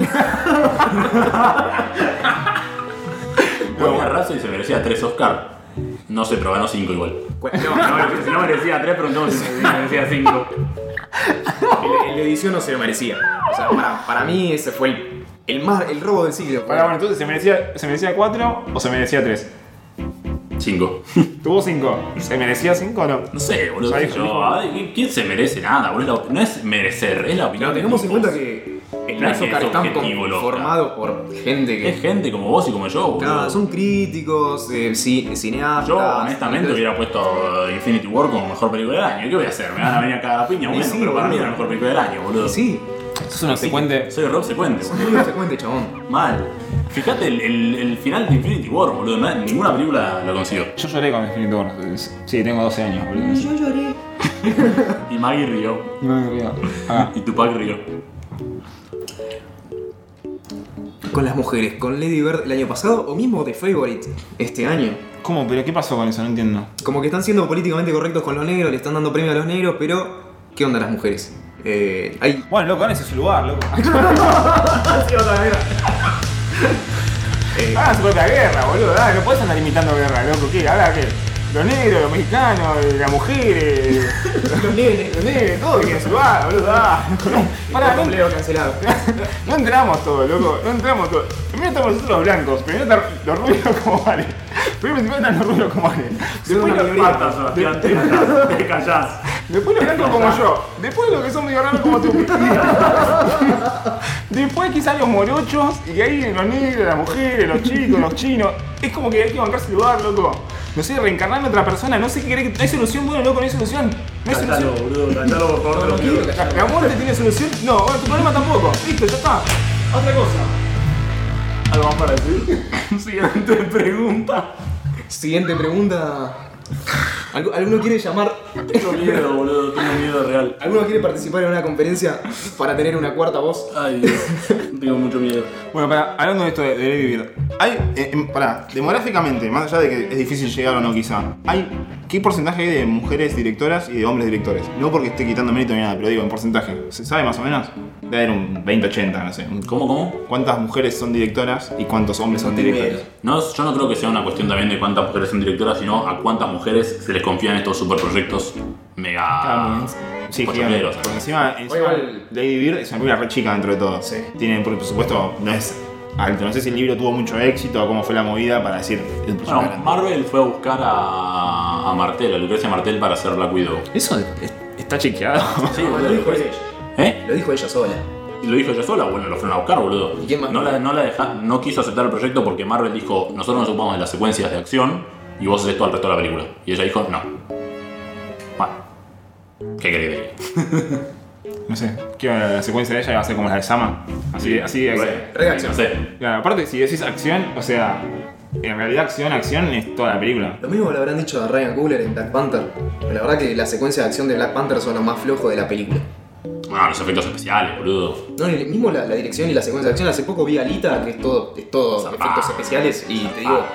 Bohemian Rhapsody se merecía 3 Oscar. No sé, pero ganó 5 igual. Si no merecía 3, preguntamos si merecía 5. El de edición no se lo merecía. O sea, para mí ese fue el robo del siglo. Bueno, entonces, ¿se merecía 4 o se merecía 3? 5. Tuvo 5. ¿Se merecía 5 o no? No sé, boludo. O sea, qué sé dijo- yo. Ay, ¿quién se merece nada, boludo? No es merecer, es la opinión. Pero de tengamos en tipos. cuenta que el No es que Oscar es están objetivo, loco. conformados por gente Es que. gente como vos y como yo, boludo. Claro, son críticos, cineastas. Yo, honestamente, entonces- hubiera puesto Infinity War como mejor película del año. ¿Qué voy a hacer? Me van a venir a cagar a piña, bueno, sí, pero para mí boludo. es la mejor película del año, boludo. Sí, Sos un obsecuente. Soy re obsecuente, boludo. muy obsecuente, chabón. Mal. Fíjate el final de Infinity War, boludo. Ninguna película lo consiguió. Yo lloré con Infinity War. Sí, tengo 12 años, boludo. Yo lloré. Y Maggie rió. No me río. Ah, Y Tupac rió. Con las mujeres, con Lady Bird el año pasado o mismo The Favorite este año. ¿cómo? ¿Pero qué pasó con eso? No entiendo. Como que están siendo políticamente correctos con los negros, le están dando premio a los negros, pero ¿qué onda las mujeres? Hay. Bueno, loco, ese es su lugar, loco. Hagan su propia guerra, boludo. Dale, no podés andar imitando guerra, loco. ¿Qué? Ahora qué. Los negros, los mexicanos, las mujeres, Los nenes. los negros, todos tienen su lugar, boludo. Pará, no, Leo cancelado. no entramos todos, loco. No entramos todos. Primero estamos nosotros los blancos, primero están los rubios como vale. Primero están los rubios como vale. Después los Patas, Sebastián, te callás. Después los blancos como yo. Después los que son medio raros como tú. Después quizás los morochos. Y ahí los negros, las mujeres, los chicos, los chinos. Es como que hay que bancarse el lugar, loco. No sé, reencarnar en otra persona. No sé qué querés que. No hay solución, bueno, loco, no hay solución. No hay Cantalo, solución. boludo, cantalo por favor, te lo pido. La muerte tiene solución. No, bueno, tu problema tampoco. Listo, ya está. Otra cosa. ¿Algo más para decir? Siguiente pregunta. Siguiente pregunta. ¿Alguno quiere llamar? Tengo miedo, boludo, tengo miedo real. ¿Alguno quiere participar en una conferencia para tener una cuarta voz? Ay, Dios, tengo mucho miedo. Bueno, hablando de esto de Lady Bird, hay, demográficamente, más allá de que es difícil llegar o no quizá, ¿qué porcentaje hay de mujeres directoras y de hombres directores? No porque esté quitando mérito ni nada, pero digo, en porcentaje. ¿Se sabe más o menos? Debe haber un 20-80, no sé. ¿Cómo? ¿Cuántas mujeres son directoras y cuántos hombres son directores? No, yo no creo que sea una cuestión también de cuántas mujeres son directoras, sino a cuántas mujeres se les confían estos superproyectos mega Sí, pochocleros. porque encima igual- Lady Bird es una película re chica dentro de todo. Sí. Tiene, por supuesto, no es alto. No sé si el libro tuvo mucho éxito o cómo fue la movida para decir el personaje Bueno, grande. Marvel fue a buscar a Martel, a Lucrecia Martel, para hacer Black Widow. Eso está chequeado. Sí, No, boludo, lo dijo después- ella. ¿Eh? Lo dijo ella sola. Y lo dijo ella sola, bueno, lo fueron a buscar, boludo. ¿Y quién más? No quiso aceptar el proyecto porque Marvel dijo, nosotros nos ocupamos de las secuencias de acción y vos haces todo el resto de la película. Y ella dijo, no. Bueno, ¿qué querés que diga? No sé, ¿qué va la secuencia de ella? ¿Va a ser como la de Sama? Así de acción. Re acción. No sé. Claro, aparte, si decís acción, o sea, en realidad acción es toda la película. Lo mismo le habrán dicho a Ryan Coogler en Black Panther. Pero la verdad que la secuencia de acción de Black Panther son lo más flojo de la película. Bueno, los efectos especiales, boludo. No, y mismo la dirección y la secuencia de acción. Hace poco vi Alita, que es todo Zarpado. efectos especiales. Y te digo,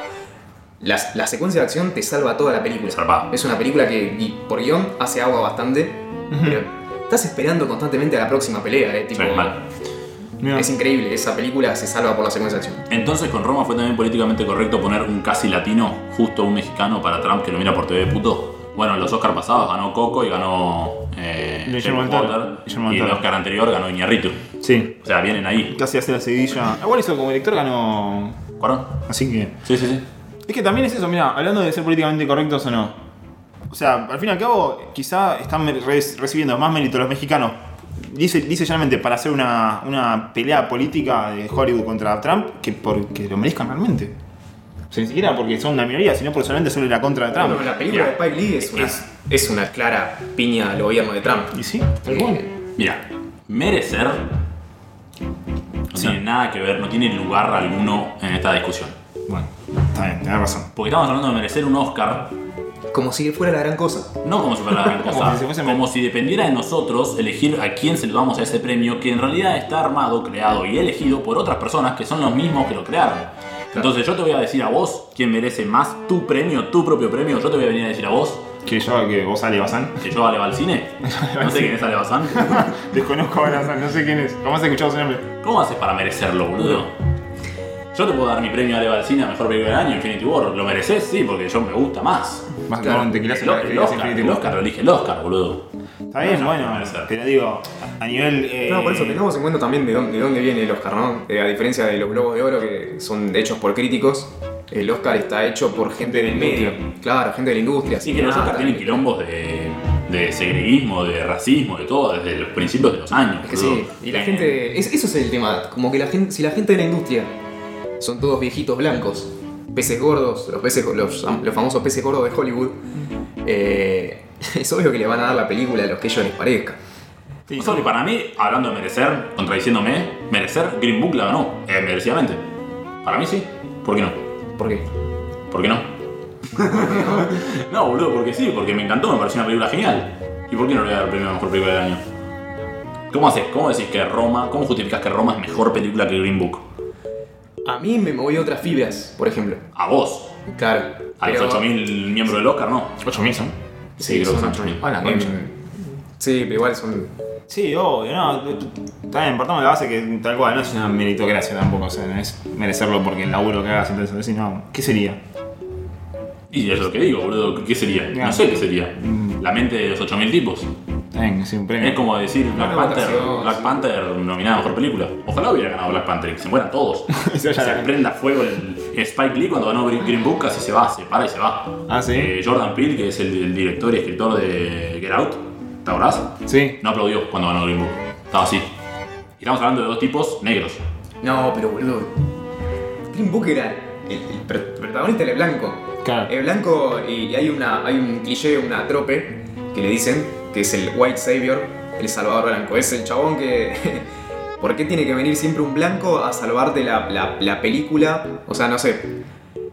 la secuencia de acción te salva toda la película. Zarpado. Es una película que por guión hace agua bastante. Pero estás esperando constantemente a la próxima pelea, tipo, Sí, mal. Mirá. es increíble, esa película se salva por la secuencia de acción. Entonces con Roma fue también políticamente correcto poner un casi latino, justo un mexicano para Trump que lo mira por TV puto. Bueno, en los Oscar pasados ganó Coco y ganó Guillermo del Toro. Guillermo del y el Toro. Oscar anterior ganó Iñárritu. Sí. O sea, vienen ahí. Casi hace la seguidilla. Igual hizo como director, ganó. ¿Cuarón? Así que. Sí, sí, sí. Es que también es eso, mira, hablando de ser políticamente correctos o no. O sea, al fin y al cabo, quizá están recibiendo más mérito los mexicanos. Dice llanamente para hacer una pelea política de Hollywood contra Trump que porque lo merezcan realmente. O sea, ni siquiera porque son una minoría, sino porque solamente son la contra de Trump. Bueno, la película de Spike Lee es una clara piña al gobierno de Trump. Y sí, tal cual. Mira, merecer no tiene nada que ver, no tiene lugar alguno en esta discusión. Bueno, está bien, tenés razón. Porque estamos hablando de merecer un Oscar, Como si fuera la gran cosa. no como si fuera la gran cosa, Como si se fuese- como si dependiera de nosotros elegir a quién se le damos a ese premio, que en realidad está armado, creado y elegido por otras personas que son los mismos que lo crearon. Entonces yo te voy a decir a vos quién merece más tu premio, tu propio premio. Yo te voy a venir a decir a vos Que vos Ale Bazán. que yo Ale Balcine. No sé quién es Ale Bazán. Desconozco a Bazán, no sé quién es. ¿Cómo has escuchado su nombre? ¿Cómo haces para merecerlo, boludo? Yo te puedo dar mi premio a Ale Balcine a mejor película del año, Infinity War. ¿Lo mereces? Sí, porque yo me gusta más. Vas a Claro. tomar un tequilazo El, para que digas Oscar, Infinity el War. Oscar lo elige el Oscar, boludo. Está bien, No, bueno, merecer. pero digo, a nivel. No, por eso tengamos en cuenta también de dónde viene el Oscar, ¿no? A diferencia de los Globos de Oro que son hechos por críticos, el Oscar está hecho por gente del medio. Claro, gente de la industria. Sí, que los Oscars tienen quilombos de segreguismo, de racismo, de todo, desde los principios de los años. Es que boludo. sí, y la gente. Eso es el tema. Como que la gente, si la gente de la industria son todos viejitos blancos, peces gordos, los famosos peces gordos de Hollywood, es obvio que le van a dar la película a los que ellos les parezca. Sí, O sea, que para mí, hablando de merecer, contradiciéndome, merecer, Green Book la ganó, merecidamente. Para mí sí. ¿Por qué no? ¿Por qué? ¿Por qué no? No, boludo, porque sí, porque me encantó, me pareció una película genial. ¿Y por qué no le voy a dar el premio a mejor película del año? ¿Cómo haces? ¿Cómo decís que Roma, cómo justificás que Roma es mejor película que Green Book? A mí me moví otras fibras, por ejemplo. A vos, Claro. a los 8.000 miembros del Oscar, ¿no? 8.000 son. Sí, creo que son 8.000. 8.000. Ah, la concha. Sí, pero igual son. Sí, obvio, no. También partamos de la base que tal cual, no es una meritocracia tampoco, o sea, no es merecerlo porque el laburo que hagas, entonces decís, no, ¿qué sería? Y es lo que digo, boludo, ¿qué sería? No sé qué sería. La mente de los 8.000 tipos. También, sí, un premio. Es como decir Black Una Panther, votación, Black sí. Panther nominada a mejor película. Ojalá hubiera ganado Black Panther y que se mueran todos. Y se vaya se la- prenda fuego el Spike Lee cuando ganó Green Book, casi se va, se para y se va. Ah, ¿sí? Jordan Peele, que es el director y escritor de Get Out, ¿te acordás? Sí. No aplaudió cuando ganó Green Book. Estaba así. Y estamos hablando de dos tipos negros. No, pero boludo. Green Book era el protagonista era el blanco. Claro. El blanco, y hay un cliché, una trope que le dicen que es el White Savior, el salvador blanco. Es el chabón que. ¿Por qué tiene que venir siempre un blanco a salvarte la película? O sea, no sé.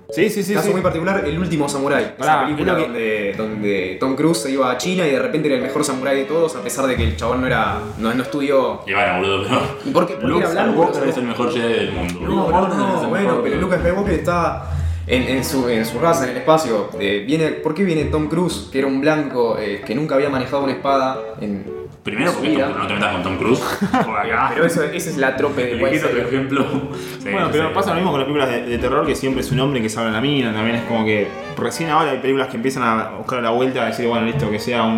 Sí, sí, sí. Caso sí. muy particular, El último samurái. Pará, Esa película es lo donde Tom Cruise se iba a China y de repente era el mejor samurái de todos, a pesar de que el chabón no estudió. Y bueno, boludo, pero. ¿Y por qué? Porque Luke era blanco. Skywalker es el mejor Jedi del mundo. No, bueno, pero Lucas Skywalker está en su raza, en el espacio. ¿Por qué viene Tom Cruise, que era un blanco que nunca había manejado una espada en Primero su porque vida? no te metas con Tom Cruise. Por acá. Pero esa es la trope de Elegí otro White. ejemplo. Sí, Bueno, pero sí. pasa lo mismo con las películas de terror, que siempre es un hombre que salva en la mina. También es como que recién ahora hay películas que empiezan a buscar la vuelta, a decir, bueno, listo, que sea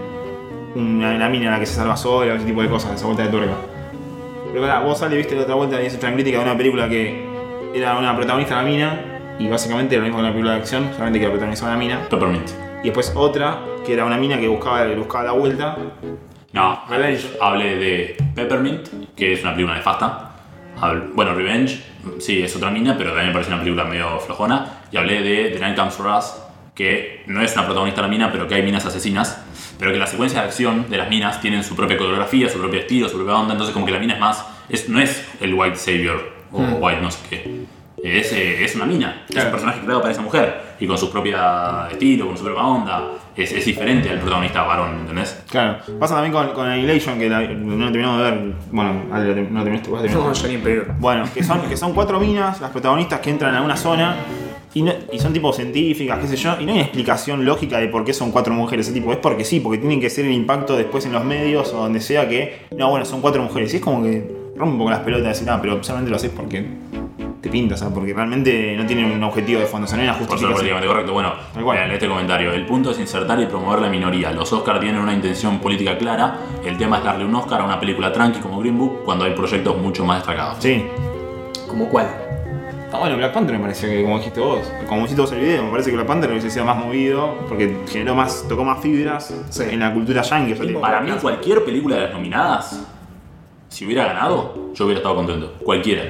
una mina la que se salva sola, ese tipo de cosas, esa vuelta de tuerca. Pero pará, vos salís, viste la otra vuelta y has hecho una crítica de una película que era una protagonista la mina, y básicamente era lo mismo que una película de acción, solamente que la protagonizaba la mina. Peppermint. Y después otra, que era una mina que buscaba la vuelta. No, Revenge. hablé de Peppermint, que es una película nefasta. Bueno, Revenge, sí, es otra mina, pero también me parece una película medio flojona. Y hablé de The Night Comes for Us, que no es una protagonista la mina, pero que hay minas asesinas. Pero que la secuencia de acción de las minas tienen su propia coreografía, su propio estilo, su propia onda. Entonces como que la mina es más, no es el White Savior o White no sé qué. Es una mina, es un personaje creado para esa mujer y con su propia estilo, con su propia onda. Es diferente al protagonista varón, ¿entendés? Claro. Pasa también con Annihilation, que no terminamos de ver. Bueno, Ale, no terminaste, vos terminaste. No, yo ni en peligro. Bueno, que son 4 minas, las protagonistas que entran a una zona y son tipo científicas, qué sé yo, y no hay una explicación lógica de por qué son 4 mujeres. Ese tipo es porque sí, porque tienen que ser el impacto después en los medios o donde sea que, no, bueno, son 4 mujeres. Y es como que rompe un poco las pelotas de decir, pero solamente lo haces porque te pinta, o sea, porque realmente no tienen un objetivo de fondo, o sea, no hay una Por ser justificación. políticamente correcto. Bueno, Tal cual. en este comentario, el punto es insertar y promover la minoría. Los Oscars tienen una intención política clara. El tema es darle un Oscar a una película tranqui como Green Book cuando hay proyectos mucho más destacados. Sí. ¿Como cuál? Bueno, Black Panther me pareció que, como dijiste vos, el video, me parece que Black Panther hubiese sido más movido porque tocó más fibras Sí. en la cultura yankee. O sea, tipo, Para mí, cualquier película de las nominadas, si hubiera ganado, yo hubiera estado contento. Cualquiera.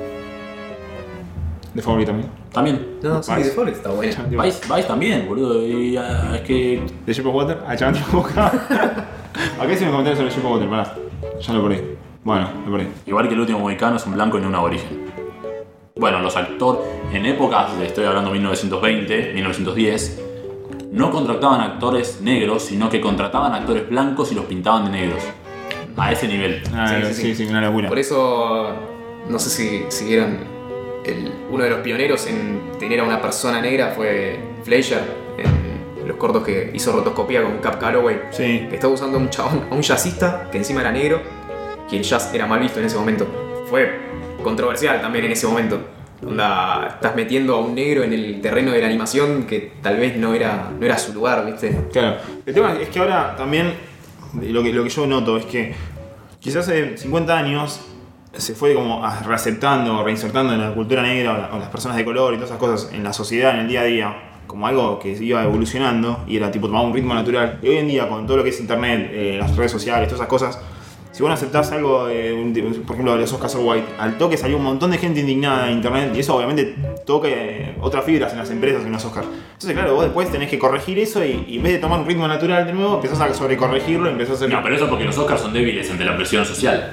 de favorito también. También. No, sí, Vice. The Forest está buena. Vice también, boludo. Y es que. ¿De Shape of Water? Ah, ya me boca. Acá hice un comentario sobre Shape of Water, pará. Ya lo perdí. Bueno, lo perdí. Igual que el último mohicano es un blanco y no un aborigen. Bueno, los actores, en épocas, estoy hablando 1920, 1910, no contrataban actores negros, sino que contrataban actores blancos y los pintaban de negros. A ese nivel. Ah, Sí, sí, una locura. Por eso, no sé si vieron, uno de los pioneros en tener a una persona negra fue Fleischer, en los cortos que hizo Rotoscopía con Cap Calloway. Sí. Que estaba usando a un jazzista que encima era negro, que el jazz era mal visto en ese momento. Fue controversial también en ese momento. Onda, estás metiendo a un negro en el terreno de la animación que tal vez no era su lugar, ¿viste? Claro. El tema es que ahora también lo que yo noto es que quizás hace 50 años se fue como reaceptando, reinsertando en la cultura negra o las personas de color y todas esas cosas en la sociedad, en el día a día, como algo que iba evolucionando y era tipo tomar un ritmo natural. Y hoy en día con todo lo que es internet, las redes sociales, todas esas cosas, si vos no aceptás algo, por ejemplo, de los Oscars or White, al toque salió un montón de gente indignada en internet y eso obviamente toca otras fibras en las empresas en los Oscars. Entonces, claro, vos después tenés que corregir eso y en vez de tomar un ritmo natural de nuevo, empezás a sobrecorregirlo y empezás a hacer. No, pero eso porque los Oscars son débiles ante la presión social.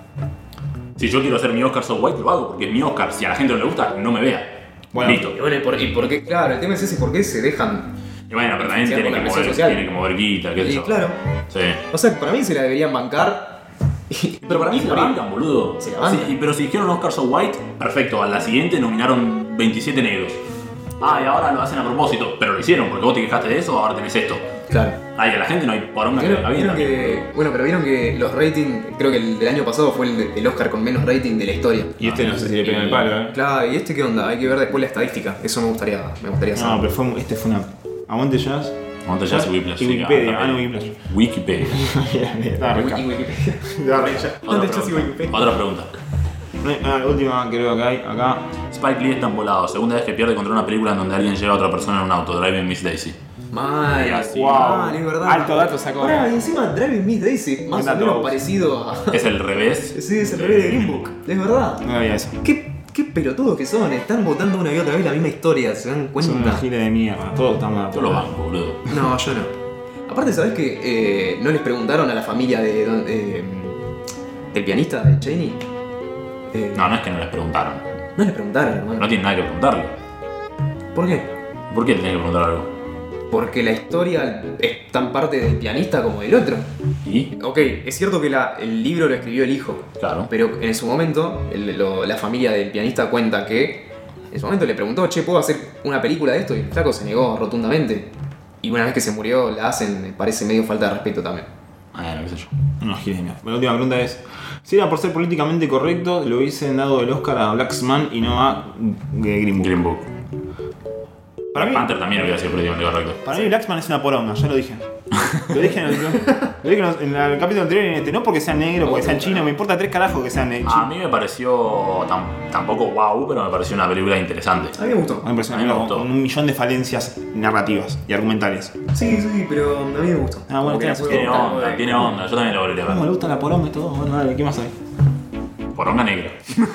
Si yo quiero hacer mi Oscar So White, lo hago, porque es mi Oscar. Si a la gente no le gusta, no me vea. Bueno. Listo. Y bueno, ¿y por qué? Claro, el tema es ese, ¿por qué se dejan? Y bueno, pero también Sí, tiene por que, la presión mover, social. tiene que mover guita, qué sé Y yo. claro. Sí. O sea, para mí se la deberían bancar. Pero para mí se la bancan, boludo. Se la bancan. Sí, pero si dijeron Oscar So White, perfecto. A la siguiente nominaron 27 negros. Ah, y ahora lo hacen a propósito. Pero lo hicieron, porque vos te quejaste de eso, ahora tenés esto. Claro. Ay, a la gente no hay poronga que la Vieron vida. pero vieron que los ratings, creo que el del año pasado fue el Oscar con menos rating de la historia. Y este no sé si le pegan el palo, Claro, ¿y este qué onda? Hay que ver después la estadística. Eso me gustaría saber. No, pero fue una. Aguante Jazz. Aguanta ya su Whiplash. Y sí, Wikipedia, ah, no Wikipedia. Wikipedia. Estaba re Wiki, Wikipedia. Estaba re ya. Otra Antes yo sí pregunta. Wikipedia. Otra pregunta. La última creo que hay acá. Spike Lee está volado. Segunda vez que pierde contra una película en donde alguien lleva a otra persona en un auto. Driving Miss Daisy. Mal, Así. mal, es verdad. Alto dato sacó. Pará, y encima Driving Miss Daisy, más o Dato. menos parecido a. Es el revés. Sí, es el revés de Green Book. Es verdad. No había eso. Qué pelotudos que son. Están votando una y otra vez la misma historia, ¿se dan Son cuenta? una gira de mierda. Todos estamos. Yo lo banco, boludo. No, yo no. Aparte, ¿sabés que no les preguntaron a la familia del pianista de Cheney? No, no es que no les preguntaron. No les preguntaron, hermano. No tienen nada que preguntarle. ¿Por qué? ¿Por qué le tenés que preguntar algo? Porque la historia es tan parte del pianista como del otro. ¿Y? Ok, es cierto que el libro lo escribió el hijo. Claro. Pero en su momento, la familia del pianista cuenta que en su momento le preguntó, che, ¿puedo hacer una película de esto? Y el flaco se negó rotundamente. Y una vez que se murió, la hacen, me parece medio falta de respeto también. No, qué sé yo. No, giles de mierda. La última pregunta es: si era por ser políticamente correcto, le hubiesen dado el Oscar a Blacksman y no a Green Book. Green Book. Para mí, Panther también hubiera sido políticamente correcto. para mí Blacksman es una poronga, ya lo dije. Lo dije en el capítulo anterior y en este. No porque sea negro, porque sean chinos, me importa 3 carajos que sean chinos. A mí me pareció tampoco wow, pero me pareció una película interesante. A mí me gustó. Me parece A mí me gustó. con un millón de falencias narrativas y argumentales. Sí, pero a mí me gustó. Ah, bueno, Como que la puedo Tiene ver. onda, tiene onda. Yo también lo volvería a ¿Cómo ver. le gusta la poronga y todo? Bueno, dale, ¿qué más hay? Poronga negra.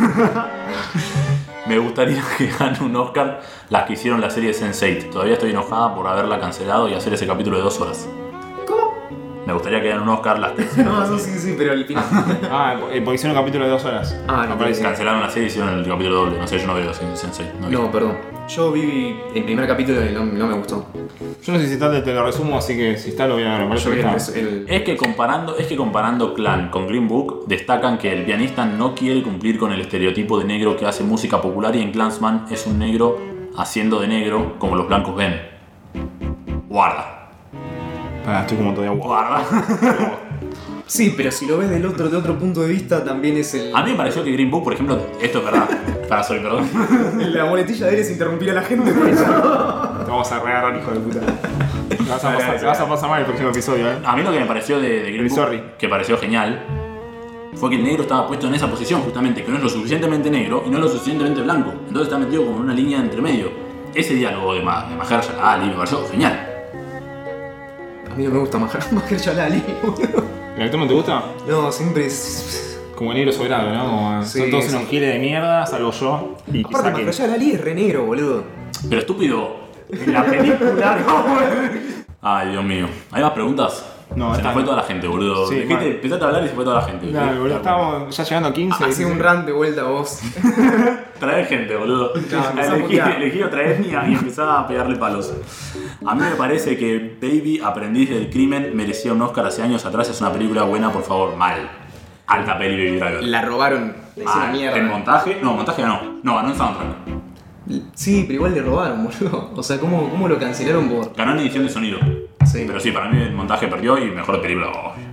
Me gustaría que gane un Oscar las que hicieron la serie de Sense8. Todavía estoy enojada por haberla cancelado y hacer ese capítulo de 2 horas. ¿Cómo? Me gustaría que ganen un Oscar las que hicieron. No, sí, pero al final. Ah, porque hicieron un capítulo de 2 horas. Ah, no, Aparece. Cancelaron la serie y hicieron el capítulo doble. No sé, yo no veo Sense8. No vi. No, perdón. Yo vi el primer capítulo y no me gustó. Yo no sé si está, te lo resumo, así que si está lo voy a ver. Yo vi Parece el- Es que comparando Clan con Green Book, destacan que el pianista no quiere cumplir con el estereotipo de negro que hace música popular y en Clansman es un negro haciendo de negro como los blancos ven. Guarda. estoy como todavía guapo. Guarda. Sí, pero si lo ves de otro punto de vista, también es el. A mí me pareció que Green Book, por ejemplo, esto es verdad. Perdón. La muletilla de él es interrumpir a la gente. Te vamos a reagarrar, hijo de puta. Te vas a pasar mal el próximo episodio, A mí lo que me pareció de Green Book, Sorry. que pareció genial, fue que el negro estaba puesto en esa posición, justamente, que no es lo suficientemente negro y no es lo suficientemente blanco. Entonces está metido como en una línea entre medio. Ese diálogo de Mahershala Ali me pareció genial. A mí no me gusta Mahershala Ali. ¿El actor no te gusta? No, siempre es. Como negro sobrado, ¿no? Como Sí, son todos sí. unos giles de mierda, salvo yo. Y Aparte, quizá que... Mahershala Ali es re negro, boludo. Pero estúpido, en la película Ay, Dios mío. ¿Hay más preguntas? No, se está nos fue bien. toda la gente, boludo. Sí, Dijiste, mal. empezaste a hablar y se fue toda la gente. Dale, boludo, estábamos ya llegando a 15. Hacé un 16. rant de vuelta vos. Traer gente, boludo. No, empezá a putear. Elegí otra etnia y empezaba a pegarle palos. A mí me parece que Baby, Aprendiz del Crimen, merecía un Oscar hace años atrás. Es una película buena, por favor. Mal. Alta peli Baby Driver. La robaron. Le hicieron Mal. mierda. ¿En montaje? No, montaje ganó. No, ganó en soundtrack. Sí, pero igual le robaron, boludo. O sea, ¿cómo lo cancelaron por.? Ganó en edición de sonido. Sí. Pero sí, para mí el montaje perdió y mejor película.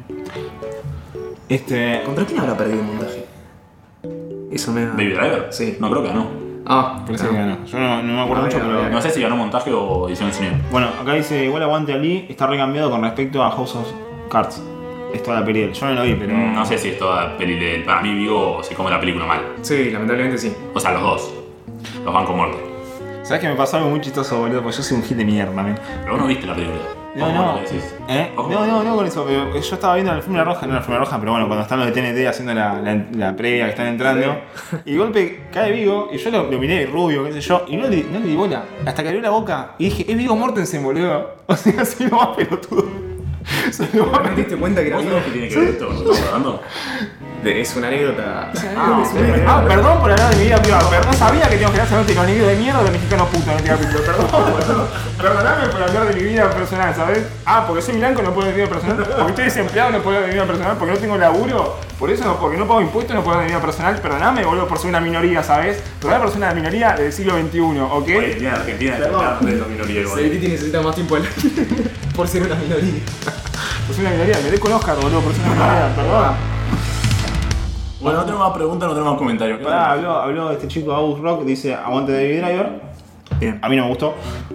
¿Contra quién habrá perdido el montaje? Eso me. ¿Baby Driver? Sí. No, creo que ganó. Ah, Parece que ganó. Yo no me acuerdo A mucho, ver, pero. a ver. No sé si ganó montaje o edición de sonido. Bueno, acá dice igual aguante Ali, está recambiado con respecto a House of Cards. Es toda la peli de él. Yo no lo vi, pero. No sé si es toda peli de él. Para mí Vigo se come la película mal. Sí, lamentablemente sí. O sea, los dos. Los bancos muertos. ¿Sabes que me pasó algo muy chistoso, boludo? Porque yo soy un hit de mierda, man. Pero vos no viste la película. No, Ojo no. con lo que decís. Ojo. No con eso. Pero yo estaba viendo la alfombra roja, no la alfombra roja, pero bueno, cuando están los de TNT haciendo la previa que están entrando. Y de golpe cae Vigo y yo lo miré rubio, qué sé yo, y no le di bola. Hasta que abrió la boca y dije, es Viggo Mortensen, boludo. O sea, soy lo más pelotudo. Soy lo más ¿No te diste cuenta que era ¿Vos amigo? sabés qué tiene que ver esto con lo que estamos hablando? Es una anécdota. perdón por hablar de mi vida privada. Perdón, sabía que teníamos que hablar solamente con negro de mierda de mexicano puto en este capítulo. Perdón. Perdóname por hablar de mi vida personal, ¿sabes? Porque soy blanco no puedo hablar de mi vida personal. Porque estoy desempleado no puedo hablar de mi vida personal. Porque no tengo laburo. Por eso, porque no pago impuestos no puedo hablar de mi vida personal. Perdóname, boludo, por ser una minoría, ¿sabes? Pero una persona de la minoría del siglo XXI, ¿ok? Oye, tiene Argentina de la minoría igual. Celebrity necesita más tiempo por ser una minoría. Por ser una minoría, merezco un Oscar, boludo, por ser una minoría, perdón. Bueno, no tenemos más preguntas, no tenemos más comentarios. Pará, habló este chico Agus Rock, dice aguante de Baby Driver. Bien. A mí no me gustó.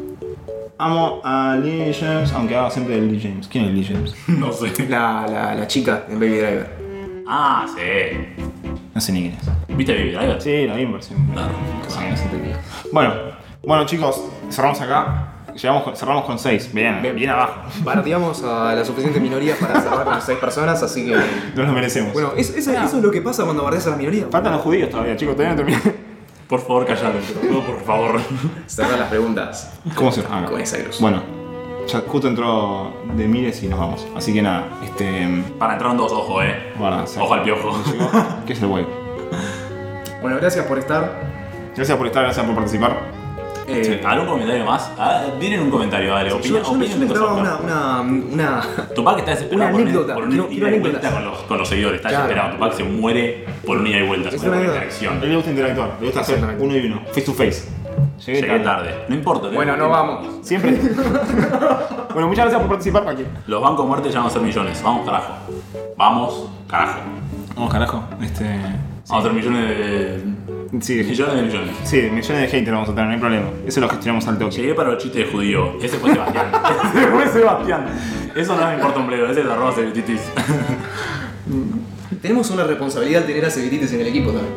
Amo a Lee James, aunque haga siempre de Lee James. ¿Quién es Lee James? No sé. La chica en Baby Driver. Ah, sí. No sé ni quién es. ¿Viste Baby Driver? Sí, lo vi, pero sí. Claro. No sé ni bueno, chicos, cerramos acá. Cerramos con 6. Bien abajo. Partíamos a la suficiente minoría para cerrar con 6 personas, así que. Nos lo merecemos. Bueno, eso es lo que pasa cuando bardeas a la minoría. Faltan los judíos todavía, chicos, todavía no terminé. Por favor, callate. Por favor. Cerrar las preguntas ¿Cómo se con esa cruz. Bueno, ya justo entró de Mires y nos vamos. Así que nada, Para entrar en dos ojos, Guarda, Ojo al piojo. ¿Qué es el web? Bueno, gracias por estar. Gracias por estar, gracias por participar. ¿Algún comentario más? Miren un comentario, dale. Yo Opinen de los necesitaba Oscars. una Tupac está desesperado una anécdota, por un quiero ida y vuelta anécdotas. con los seguidores. Está Claro. desesperado. Tupac se muere por un ida y vuelta. Se Es muere por una interacción. A él le gusta interactuar, le gusta hacer Exactamente. uno y uno, face to face. Llegué tarde. No importa. Bueno, no vamos. Siempre. Bueno, muchas gracias por participar, Paqui. Los bancos de muerte ya van a ser millones. Vamos, carajo. Vamos, carajo. Vamos, carajo. Vamos a hacer millones de. Sí, Millones de millones. sí, millones de haters vamos a tener, no hay problema. Eso lo gestionamos al toque. Llegué para los chistes de judío. Ese fue Sebastián. Ese fue Sebastián. Eso no me importa un bledo. Ese es arroba Cebititis. Tenemos una responsabilidad al tener a Cebititis en el equipo también.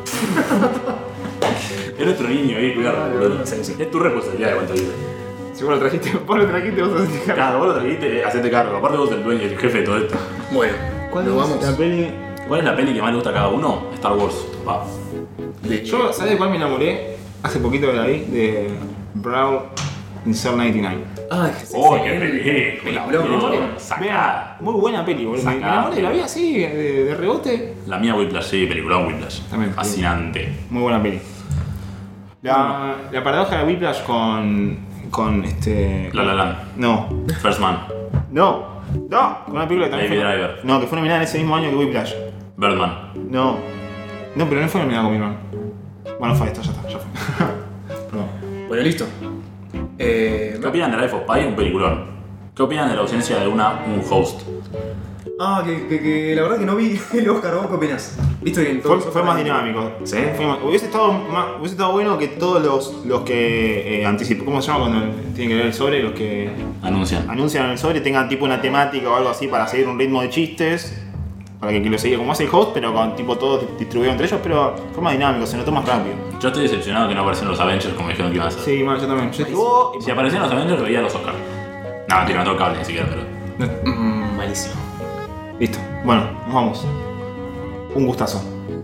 Es nuestro niño ahí, cuidarlo, boludo. Sí, sí. Es tu responsabilidad de cuánto vive. Si vos lo trajiste, vos a sentir cargo. Claro, vos lo trajiste, hacete cargo. Aparte vos sos el dueño y el jefe de todo esto. Bueno, ¿cuándo vamos? La peli. ¿Cuál es la peli que más le gusta a cada uno? Star Wars. Va. Yo, ¿sabes de cuál me enamoré? Hace poquito que la vi, de Brawl in Cell 99. Ay, ¡Oh, qué película! Peliculón. boludo! Vean, Sacada. muy buena peli, boludo. Me Sacada. enamoré, la vi así, de rebote. La mía Whiplash, sí, peliculón Whiplash. También. Fascinante. Muy buena peli. La paradoja de Whiplash con La La Land. No, First Man. no, con una película que también Baby fue... Driver. No, que fue nominada en ese mismo año que Whiplash. Birdman. No, pero no fue nominada con Birdman. Bueno, fue esto, ya está, ya fue. Perdón. Bueno, listo. ¿Qué opinan de Life of Pi? Un peliculón. ¿Qué opinan de la ausencia de un host? Que la verdad que no vi el Oscar. ¿Vos qué opinás? ¿Viste que en todos Fue más dinámico. ¿Sí? Hubiese estado bueno que todos los que anticipan, ¿cómo se llama cuando tienen que leer el sobre? Los que Anuncian. el sobre tengan tipo una temática o algo así para seguir un ritmo de chistes. Para que lo siga como hace el host, pero con tipo todo distribuido entre ellos, pero fue más dinámico, se notó más rápido. Yo estoy decepcionado que no aparecieron los Avengers como dijeron que iban a hacer. Sí, mal, yo también. Si aparecían los Avengers, veía los Oscars. No, mentira, no tengo cable ni siquiera, pero. Malísimo. Listo. Bueno, nos vamos. Un gustazo.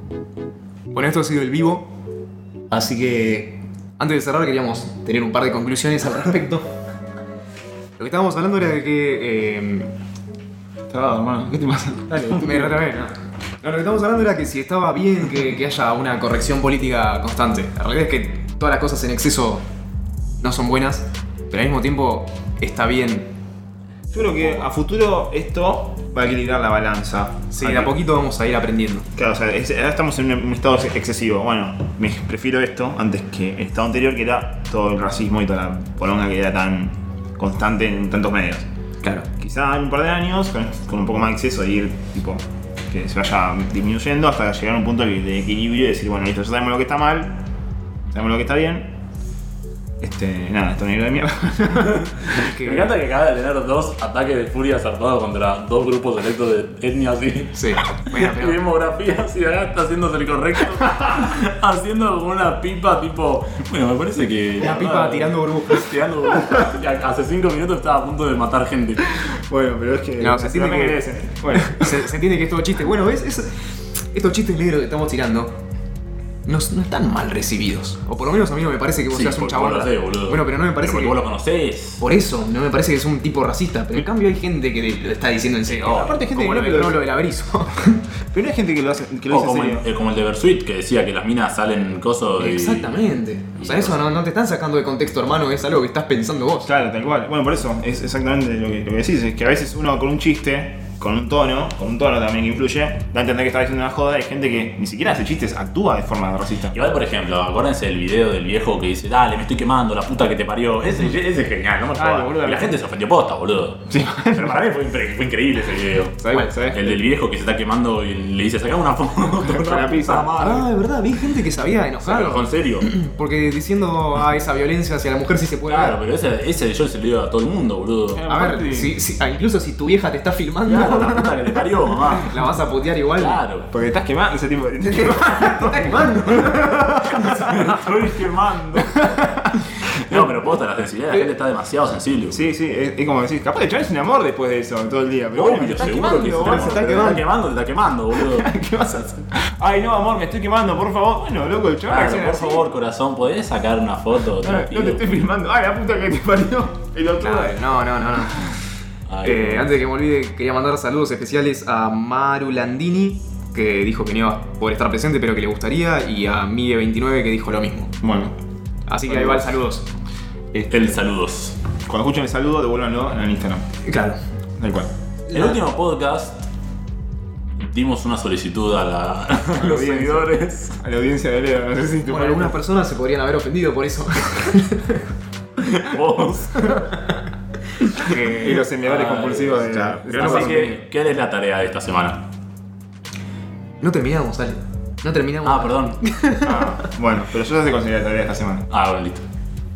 Bueno, esto ha sido el vivo. Así que antes de cerrar queríamos tener un par de conclusiones al respecto. Lo que estábamos hablando era de que... Trabado, hermano. ¿Qué te pasa? Dale, me retrabé, ¿no? No, lo que estamos hablando era que si estaba bien que haya una corrección política constante. La realidad es que todas las cosas en exceso no son buenas, pero al mismo tiempo está bien. Yo creo que a futuro esto va a equilibrar la balanza. Sí, de a poquito vamos a ir aprendiendo. Claro, o sea, ahora estamos en un estado excesivo. Bueno, prefiero esto antes que el estado anterior, que era todo el racismo y toda la poronga que era tan constante en tantos medios. Claro. Quizá en un par de años, con un poco más de exceso, de ir, tipo, que se vaya disminuyendo hasta llegar a un punto de equilibrio y decir, bueno, listo, ya sabemos lo que está mal, sabemos lo que está bien. Nada, esto negro de mierda. Me encanta que acaba de tener dos ataques de furia zarpados contra dos grupos selectos de etnia así. Sí. Bueno, Y demografías y acá está haciéndose el correcto. Haciendo como una pipa tipo. Bueno, me parece que. Una pipa tirando burbujas. Tirando burbujas. Y hace 5 minutos estaba a punto de matar gente. Bueno, pero es que. No, se entiende que- Bueno, Se entiende que es todo chiste. Bueno, ¿ves? Estos chistes negros que estamos tirando no están mal recibidos. O por lo menos a mí no me parece que vos Sí, seas un porque chabón. vos lo hacés, boludo. Bueno, pero no me parece Porque que. vos lo conocés. Por eso, no me parece que es un tipo racista. Pero en cambio hay gente que lo está diciendo en serio. Aparte hay gente como que el no lo- del Averizo. pero no hay gente que lo hace, que lo O dice como en serio. como el de Bersuit que decía que las minas salen coso y. Exactamente. O sea, eso no te están sacando de contexto, hermano. Es algo que estás pensando vos. Claro, tal cual. Bueno, por eso, es exactamente lo que decís, es que a veces uno con un chiste, con un tono también que influye, da a entender que está diciendo una joda, hay gente que ni siquiera hace chistes, actúa de forma racista. Igual, por ejemplo, acuérdense del video del viejo que dice, dale, me estoy quemando, la puta que te parió. Ese es genial, no me Dale, jodas. boludo. Y la gente se ofendió posta, boludo. Sí. Pero para mí fue increíble ese video. ¿Sabes? El del viejo que se está quemando y le dice, sacame una foto. Con la pizza. Ah, de verdad, vi gente que se había Se enojado. enojó en serio. Porque diciendo, esa violencia hacia la mujer sí se puede Claro, ver. pero ese yo se lo digo a todo el mundo, boludo. A ver, incluso si tu vieja te está filmando, Claro, la puta que te parió, mamá. la vas a putear igual. Claro. Porque estás quemando ese tipo de. Te está quemando. Estoy quemando. No, pero posta, la sensibilidad de la gente está demasiado sensible. Sí, es como decís, capaz de echarse un amor después de eso todo el día. Pero bueno, Obvio, te estás seguro que quemando, se se está te quemando. está quemando, boludo. ¿Qué vas a hacer? Ay, no, amor, me estoy quemando, por favor. Bueno, loco, el chaval. Claro, acciona por así. favor, corazón, ¿podés sacar una foto? Te lo No pido. te estoy filmando. Ay, la puta que te parió. El otro. No. Ay, Antes de que me olvide, quería mandar saludos especiales a Maru Landini, que dijo que no iba a poder estar presente, pero que le gustaría, y a Miguel29, que dijo lo mismo. Bueno, Así que ahí va el saludos. El saludos. Cuando escuchen el saludo, devuélvanlo en el Instagram. Claro. Tal cual. El último podcast dimos una solicitud a los audiencia. seguidores. A la audiencia de Leo, no sé si te Bueno, algunas personas se podrían haber ofendido por eso. Vos. Y los enviadores compulsivos de. claro. de- Pero no Así que, ¿qué es la tarea de esta semana? No terminamos, Ale. No terminamos. Ah, perdón. Bueno, pero yo ya te consideré la tarea esta semana. Ah, bueno, listo.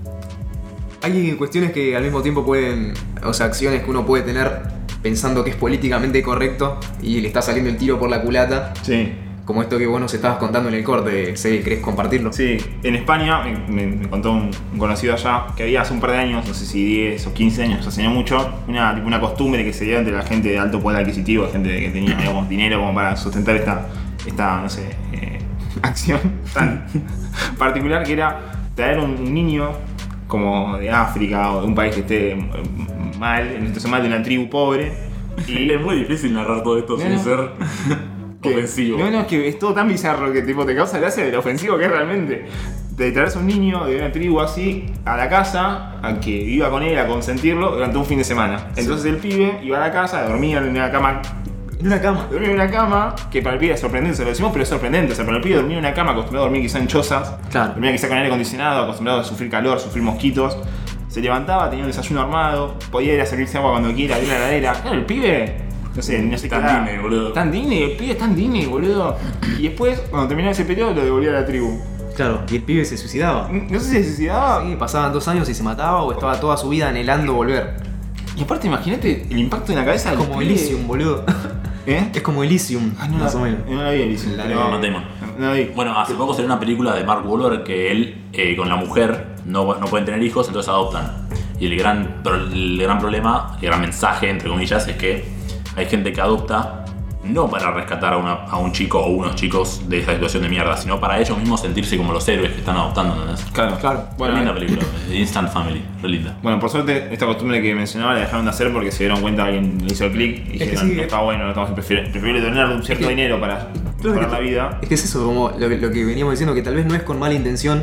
Hay cuestiones que al mismo tiempo pueden, o sea, acciones que uno puede tener pensando que es políticamente correcto y le está saliendo el tiro por la culata, Sí. como esto que vos nos estabas contando en el corte. ¿Sí? ¿Querés compartirlo? Sí, en España me contó un conocido allá que había hace un par de años, no sé si 10 o 15 años, hace no mucho, una costumbre que se dio entre la gente de alto poder adquisitivo, gente que tenía digamos, dinero como para sustentar esta no sé, acción tan particular, que era traer un niño como de África o de un país que esté mal, en situación mal, de una tribu pobre. Y Es muy difícil narrar todo esto sin No. ser ofensivo. No, es que es todo tan bizarro que tipo te causa gracia de lo ofensivo que es realmente. De traerse un niño de una tribu así a la casa, a que viva con él, a consentirlo durante un fin de semana. Entonces el pibe iba a la casa, dormía en una cama. En una cama. Dormía en una cama, que para el pibe es sorprendente, se lo decimos, pero es sorprendente. O sea, para el pibe dormía en una cama, acostumbrado a dormir quizá en chozas, Claro. dormía quizá con aire acondicionado, acostumbrado a sufrir calor, sufrir mosquitos. Se levantaba, tenía un desayuno armado, podía ir a servirse agua cuando quiera, abrir la heladera. Claro, el pibe, no sé qué Tan edad. Disney, boludo. Tan Disney, el pibe es tan Disney, boludo. Y después, cuando terminaba ese periodo, lo devolvía a la tribu. Claro. Y el pibe se suicidaba. No sé si se suicidaba. Sí, pasaban 2 años y se mataba o estaba toda su vida anhelando volver. Y aparte, imagínate el impacto en la cabeza del Como pibe. Elysium, boludo. ¿Eh? Es como Elysium, No más o menos. la vi Elysium. La pero- de Matt Damon. No la vi. Bueno, hace poco salió una película de Mark Wahlberg que él con la mujer no pueden tener hijos, entonces adoptan. Y el gran problema, el gran mensaje, entre comillas, es que hay gente que adopta no para rescatar a un chico o unos chicos de esa situación de mierda, sino para ellos mismos sentirse como los héroes que están adoptando, ¿entendés? Claro. Claro. Bueno, linda película, Instant Family, re linda. Bueno, por suerte, esta costumbre que mencionaba la dejaron de hacer porque se dieron cuenta, alguien le hizo el clic y que dijeron, sí, no está bueno, no estamos preferible tener un cierto que- dinero para Claro mejorar que- la vida. Es que es eso, como lo que veníamos diciendo, que tal vez no es con mala intención,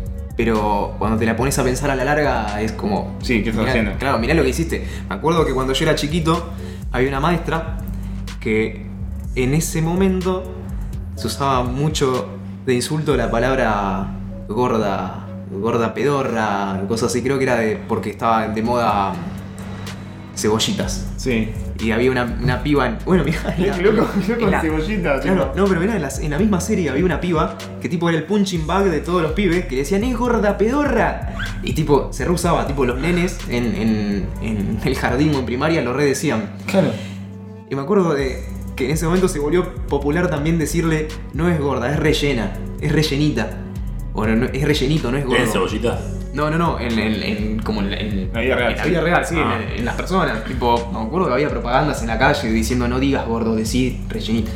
pero cuando te la pones a pensar a la larga es como... Sí, ¿qué estás mirá- haciendo? Claro, mirá lo que hiciste. Me acuerdo que cuando yo era chiquito había una maestra que en ese momento se usaba mucho de insulto la palabra gorda pedorra, cosas así. Creo que era porque estaba de moda cebollitas. Sí. Y había una piba. Bueno, mirá. Loco en con la- cebollita, Claro, tipo. no, pero mirá, en la misma serie había una piba que tipo era el punching bag de todos los pibes que decían, ¡es gorda pedorra! Y tipo, se reusaba, tipo los nenes en el jardín o en primaria lo redecían. Claro. Y me acuerdo de que en ese momento se volvió popular también decirle, no es gorda, es rellena, es rellenita. O no, es rellenito, no es ¿Tienen gordo. cebollita? No, como en La vida real, En la sí. vida real, sí, Ah. en las personas. Tipo, me acuerdo que había propagandas en la calle diciendo no digas gordo, decí rellenito.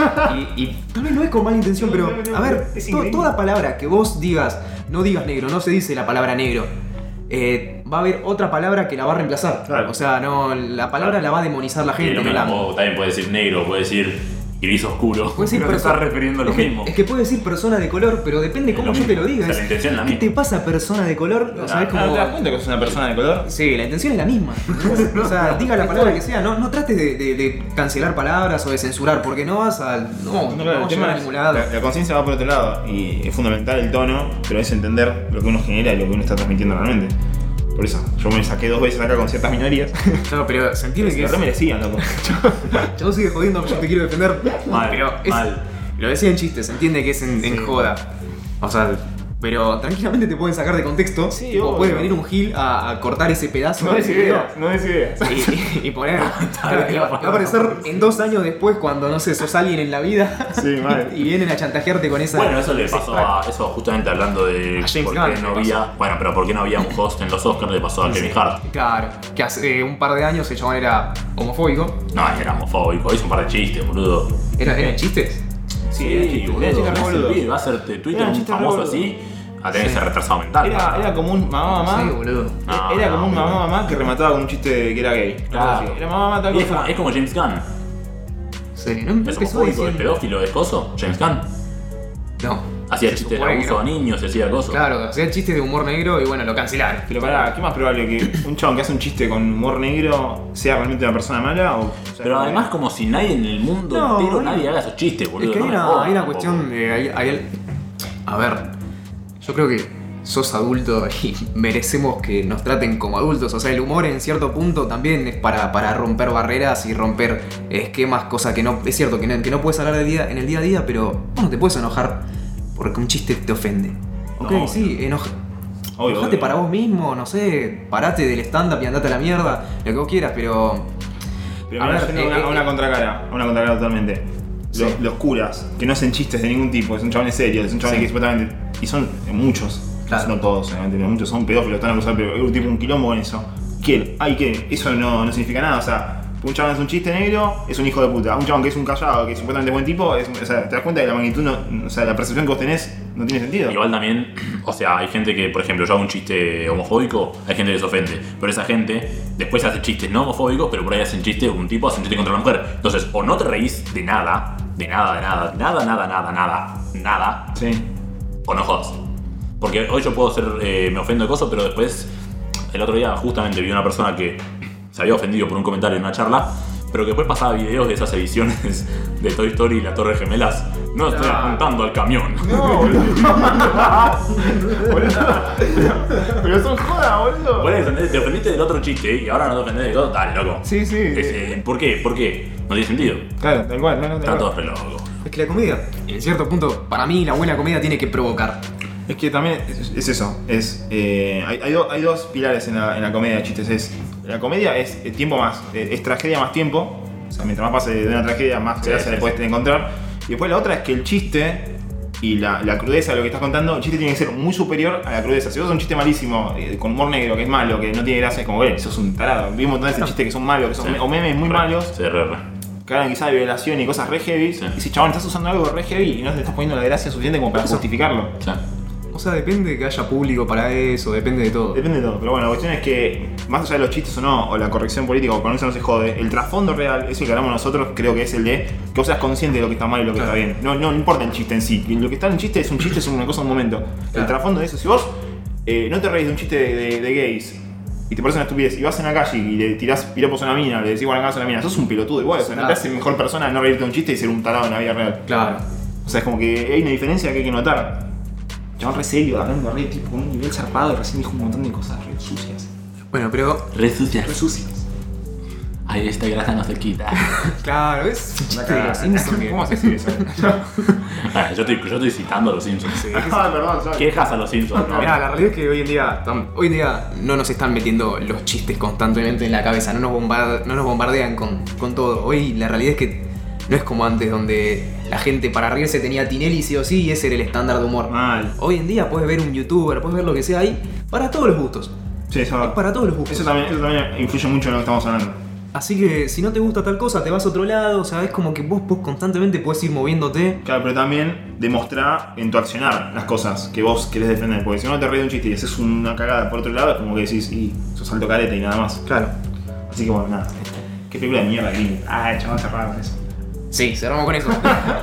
y tal vez no es con mala intención, pero No, a ver, es increíble. toda palabra que vos digas, no digas negro, no se dice la palabra negro. Va a haber otra palabra que la va a reemplazar. Claro. O sea, no, la palabra la va a demonizar la Y gente. lo no la- mismo, o también puede decir negro, puede decir gris oscuro. Puede decir no te persona- estás refiriendo a lo es que- mismo. Es que puede decir persona de color, pero depende Es cómo lo yo te mismo. lo diga. O sea, la intención es la ¿Qué misma. te pasa, persona de color? O sea, es como... ¿No te das cuenta que sos una persona de color? Sí, la intención es la misma. O sea, diga la palabra que sea, no trates de cancelar palabras o de censurar, porque no vas a. No Claro, vas a llegar a ningún lado. La conciencia va por otro lado y es fundamental el tono, pero es entender lo que uno genera y lo que uno está transmitiendo realmente. Por eso, yo me saqué 2 veces acá con ciertas minorías. No, pero se entiende que Que re merecían, loco. yo sigue jodiendo, yo te quiero defender. Mal, pero es, mal. lo decía en chiste, se entiende que es en Sí. joda. O sea, pero tranquilamente te pueden sacar de contexto. Sí, Tipo, obvio. puede venir un gil a cortar ese pedazo No de des video. ideas, no des ideas. Y poner. Claro, y va a aparecer en 2 años después cuando, no sé, sos alguien en la vida. Sí, mal. Y vienen a chantajearte con esa. Bueno, eso le pasó a. Eso justamente hablando de A James por Gunn qué no le había. Bueno, pero por qué no había un host en los Oscars le pasó a Kevin Hart. Claro, que hace un par de años el chabón era homofóbico. No, era homofóbico, hizo un par de chistes, boludo. ¿Eran chistes? Sí, boludo. era chiste re ¿Cómo se boludo. olvida? Va a ser de Twitter Era un chiste re famoso boludo. así a tener ese retrasado mental. Era como un mamá. Sí, boludo. No, Era no, como un boludo. mamá que remataba con un chiste de que era gay. Claro. Era mamá tal Y es cosa. como, es como James Gunn. Sí, ¿no? ¿Es Empezó homofóbico, es diciendo. pedófilo, es coso? James Gunn. No. Hacía Se chistes de supone que abuso no. a niños, hacía cosas. Claro, hacía chistes de humor negro y bueno, lo cancelaron. Pero pará, ¿qué más probable que un chabón que hace un chiste con humor negro sea realmente una persona mala? O sea, Pero además como si nadie en el mundo No, entero, bueno. nadie haga esos chistes, boludo. Es que no hay me una, jodas hay una tampoco. cuestión de. A ver, yo creo que sos adulto y merecemos que nos traten como adultos. O sea, el humor en cierto punto también es para romper barreras y romper esquemas, cosa que no. Es cierto que no puedes hablar en el día a día, pero no te puedes enojar porque un chiste te ofende. Ok, No, sí, Obvio, enojate obvio. para vos mismo, no sé, parate del stand-up y andate a la mierda, lo que vos quieras, pero. Pero A mira, ver, yendo a una contracara, totalmente. Sí. Los curas, que no hacen chistes de ningún tipo, son chabones serios, son chabones Sí. que supuestamente. Y son muchos, Claro. no todos, obviamente, pero muchos son pedófilos, están acusados, pero hay tipo un quilombo en eso. ¿Qué? Ay, ¿qué? Eso no significa nada, o sea. Un chabón hace un chiste negro, es un hijo de puta. Un chabón que es un callado, que supuestamente es buen tipo, o sea, te das cuenta que la magnitud, o sea, la percepción que vos tenés no tiene sentido. Igual también, o sea, hay gente que, por ejemplo, yo hago un chiste homofóbico, hay gente que se ofende, pero esa gente después hace chistes no homofóbicos, pero por ahí hacen chistes, un tipo hace un chiste contra la mujer. Entonces, o no te reís de nada, Sí. o no jodas. Porque hoy yo puedo ser, me ofendo de cosas, pero después, el otro día justamente vi una persona que se había ofendido por un comentario en una charla, pero que después pasaba videos de esas ediciones de Toy Story y la Torre Gemelas. No estoy apuntando al camión. No, boludo. Pero son jodas, boludo. Por eso, ¿entendés? Te ofendiste del otro chiste y ahora no te ofendés de todo. Dale, loco. Sí, sí. ¿Por qué? ¿Por qué? No tiene sentido. Claro, tal cual, no, tal Están cual. todos re locos. Es que la comedia, en cierto punto, para mí la buena comedia tiene que provocar. Es que también es eso, hay dos pilares en la comedia de chistes. La comedia es tiempo más, es tragedia más tiempo, o sea, mientras más pase de una tragedia, más Sí, gracia le sí, puedes encontrar. Y después la otra es que el chiste y la crudeza de lo que estás contando, el chiste tiene que ser muy superior a la crudeza. Si vos haces un chiste malísimo, con humor negro, que es malo, que no tiene gracia, es como, sos un tarado. Vi un montón de esos chistes que son malos, que son Sí. o memes muy malos, Sí, que hablan quizás de violación y cosas re heavy. Sí. Y si chabón, estás usando algo re heavy y no te estás poniendo la gracia suficiente como para justificarlo. Sí. O sea, depende de que haya público para eso, depende de todo. Depende de todo, pero bueno, la cuestión es que, más allá de los chistes o no, o la corrección política, o con eso no se jode, el trasfondo real, eso que hablamos nosotros, creo que es el de que vos seas consciente de lo que está mal y lo que Claro. está bien. No importa el chiste en sí, lo que está en el chiste, es una cosa, un momento. El Claro. trasfondo de eso, si vos no te reís de un chiste de gays y te parece una estupidez, y vas en la calle y le tirás piropos a una mina, le decís guarangazos a una mina, sos un pelotudo igual, o sea, no te Claro. hace mejor persona no reírte de un chiste y ser un tarado en la vida real. Claro. O sea, es como que hay una diferencia que hay que notar. Chabón re serio, hablando re tipo con un nivel zarpado y recién dijo un montón de cosas re sucias. Bueno, pero. Re sucias. Re sucias. Ay, esta grasa no se quita. Claro, es un chiste de los Simpsons. que- ¿Cómo se dice eso? Ah, yo estoy citando a los Simpsons. Ah, perdón, sorry. Quejas a los Simpsons, ¿no? Mirá, la realidad es que hoy en día no nos están metiendo los chistes constantemente en la cabeza, no nos bombardean con todo. Hoy la realidad es que no es como antes, donde la gente para reírse tenía Tinelli sí o sí y ese era el estándar de humor. Mal. Hoy en día puedes ver un youtuber, puedes ver lo que sea ahí, para todos los gustos. Sí, eso, Es para todos los gustos. eso también influye mucho en lo que estamos hablando. Así que si no te gusta tal cosa, te vas a otro lado, o sea, es como que vos constantemente puedes ir moviéndote. Claro, pero también demostrar en tu accionar las cosas que vos querés defender. Porque si no te ríes de un chiste y haces una cagada por otro lado, es como que decís, y sos alto careta y nada más. Claro. Así que bueno, nada. Qué película de mierda, gringo. Ah, chaval, cerrado con eso. Sí, cerramos con eso.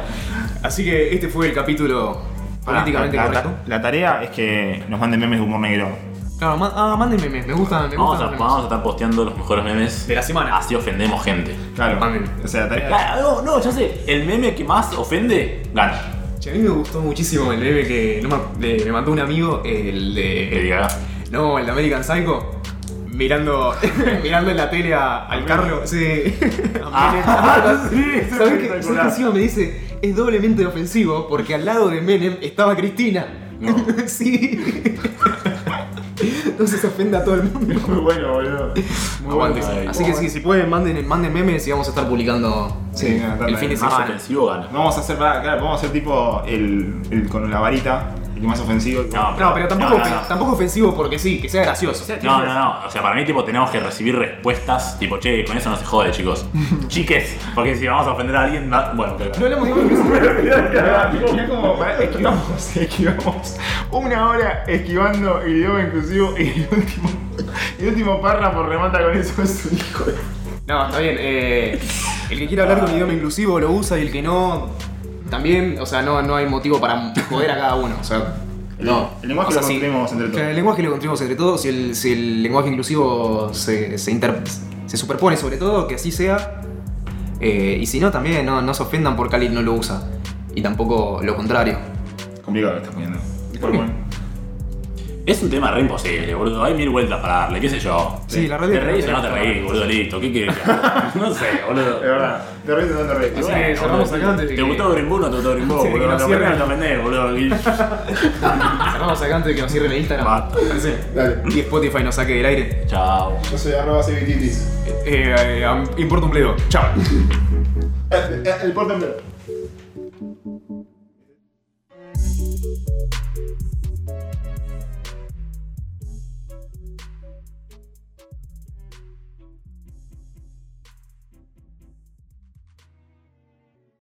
Así que este fue el capítulo políticamente correcto. La tarea es que nos manden memes de humor negro. Claro, manden memes, me gustan Vamos los a, memes. vamos a estar posteando los mejores memes De la semana. Así ofendemos gente. Claro. Manden. O sea, la tarea. Ah, no, ya sé. El meme que más ofende, gana. Che, a mí me gustó muchísimo el meme que me mandó un amigo, el Que de... diga. No, el de American Psycho. Mirando en la tele al Carlos, sí. Ah, sí, ¿Sabes qué? ¿Sabes qué encima me dice? Es doblemente ofensivo porque al lado de Menem estaba Cristina. No. Sí. Entonces se ofende a todo el mundo. Muy bueno, boludo. Muy Aguante. bueno. Así que sí, si pueden, manden memes y vamos a estar publicando Sí, el fin de Más semana. ofensivo gana. Vamos a hacer, claro, vamos a hacer tipo el con la varita, el más ofensivo. No, pero tampoco, no. tampoco ofensivo porque sí, que sea gracioso. No. O sea, para mí, tipo, tenemos que recibir respuestas. Tipo, che, con eso no se jode, chicos. Chiques. Porque si vamos a ofender a alguien, bueno, claro. No hablamos de Mirá como esquivamos una hora esquivando el idioma inclusivo y el último párrafo remata con eso, es un hijo de... No, está bien. El que quiera hablar con idioma inclusivo lo usa y el que no, también, o sea, no hay motivo para joder a cada uno. O sea, no. El lenguaje O sea, lo construimos entre todos. El lenguaje lo construimos entre todos. Si el lenguaje inclusivo se superpone sobre todo, que así sea. Y si no, también no se ofendan porque alguien no lo usa. Y tampoco lo contrario. Complicado lo estás poniendo. ¿Por qué? Es un tema re imposible, boludo. Hay 1000 vueltas para darle, qué sé yo. Sí, la ¿Te realidad. reís o no te reís, boludo? Listo. ¿Qué quieres que haga? No sé, boludo. De verdad. Te reís o no te reís. Así que cerramos acá antes de ¿Te que- gustó Green Bull o no te gustó Green Bull, Sí, que boludo? nos Lo cierren. vendés, lo vendés, boludo. Y- Cerramos acá antes de que nos cierren el Instagram. Basta. Parece. Dale. Y Spotify nos saque del aire. Chao. Yo soy @cevititis. Importa un bledo. Chao. El portempleo.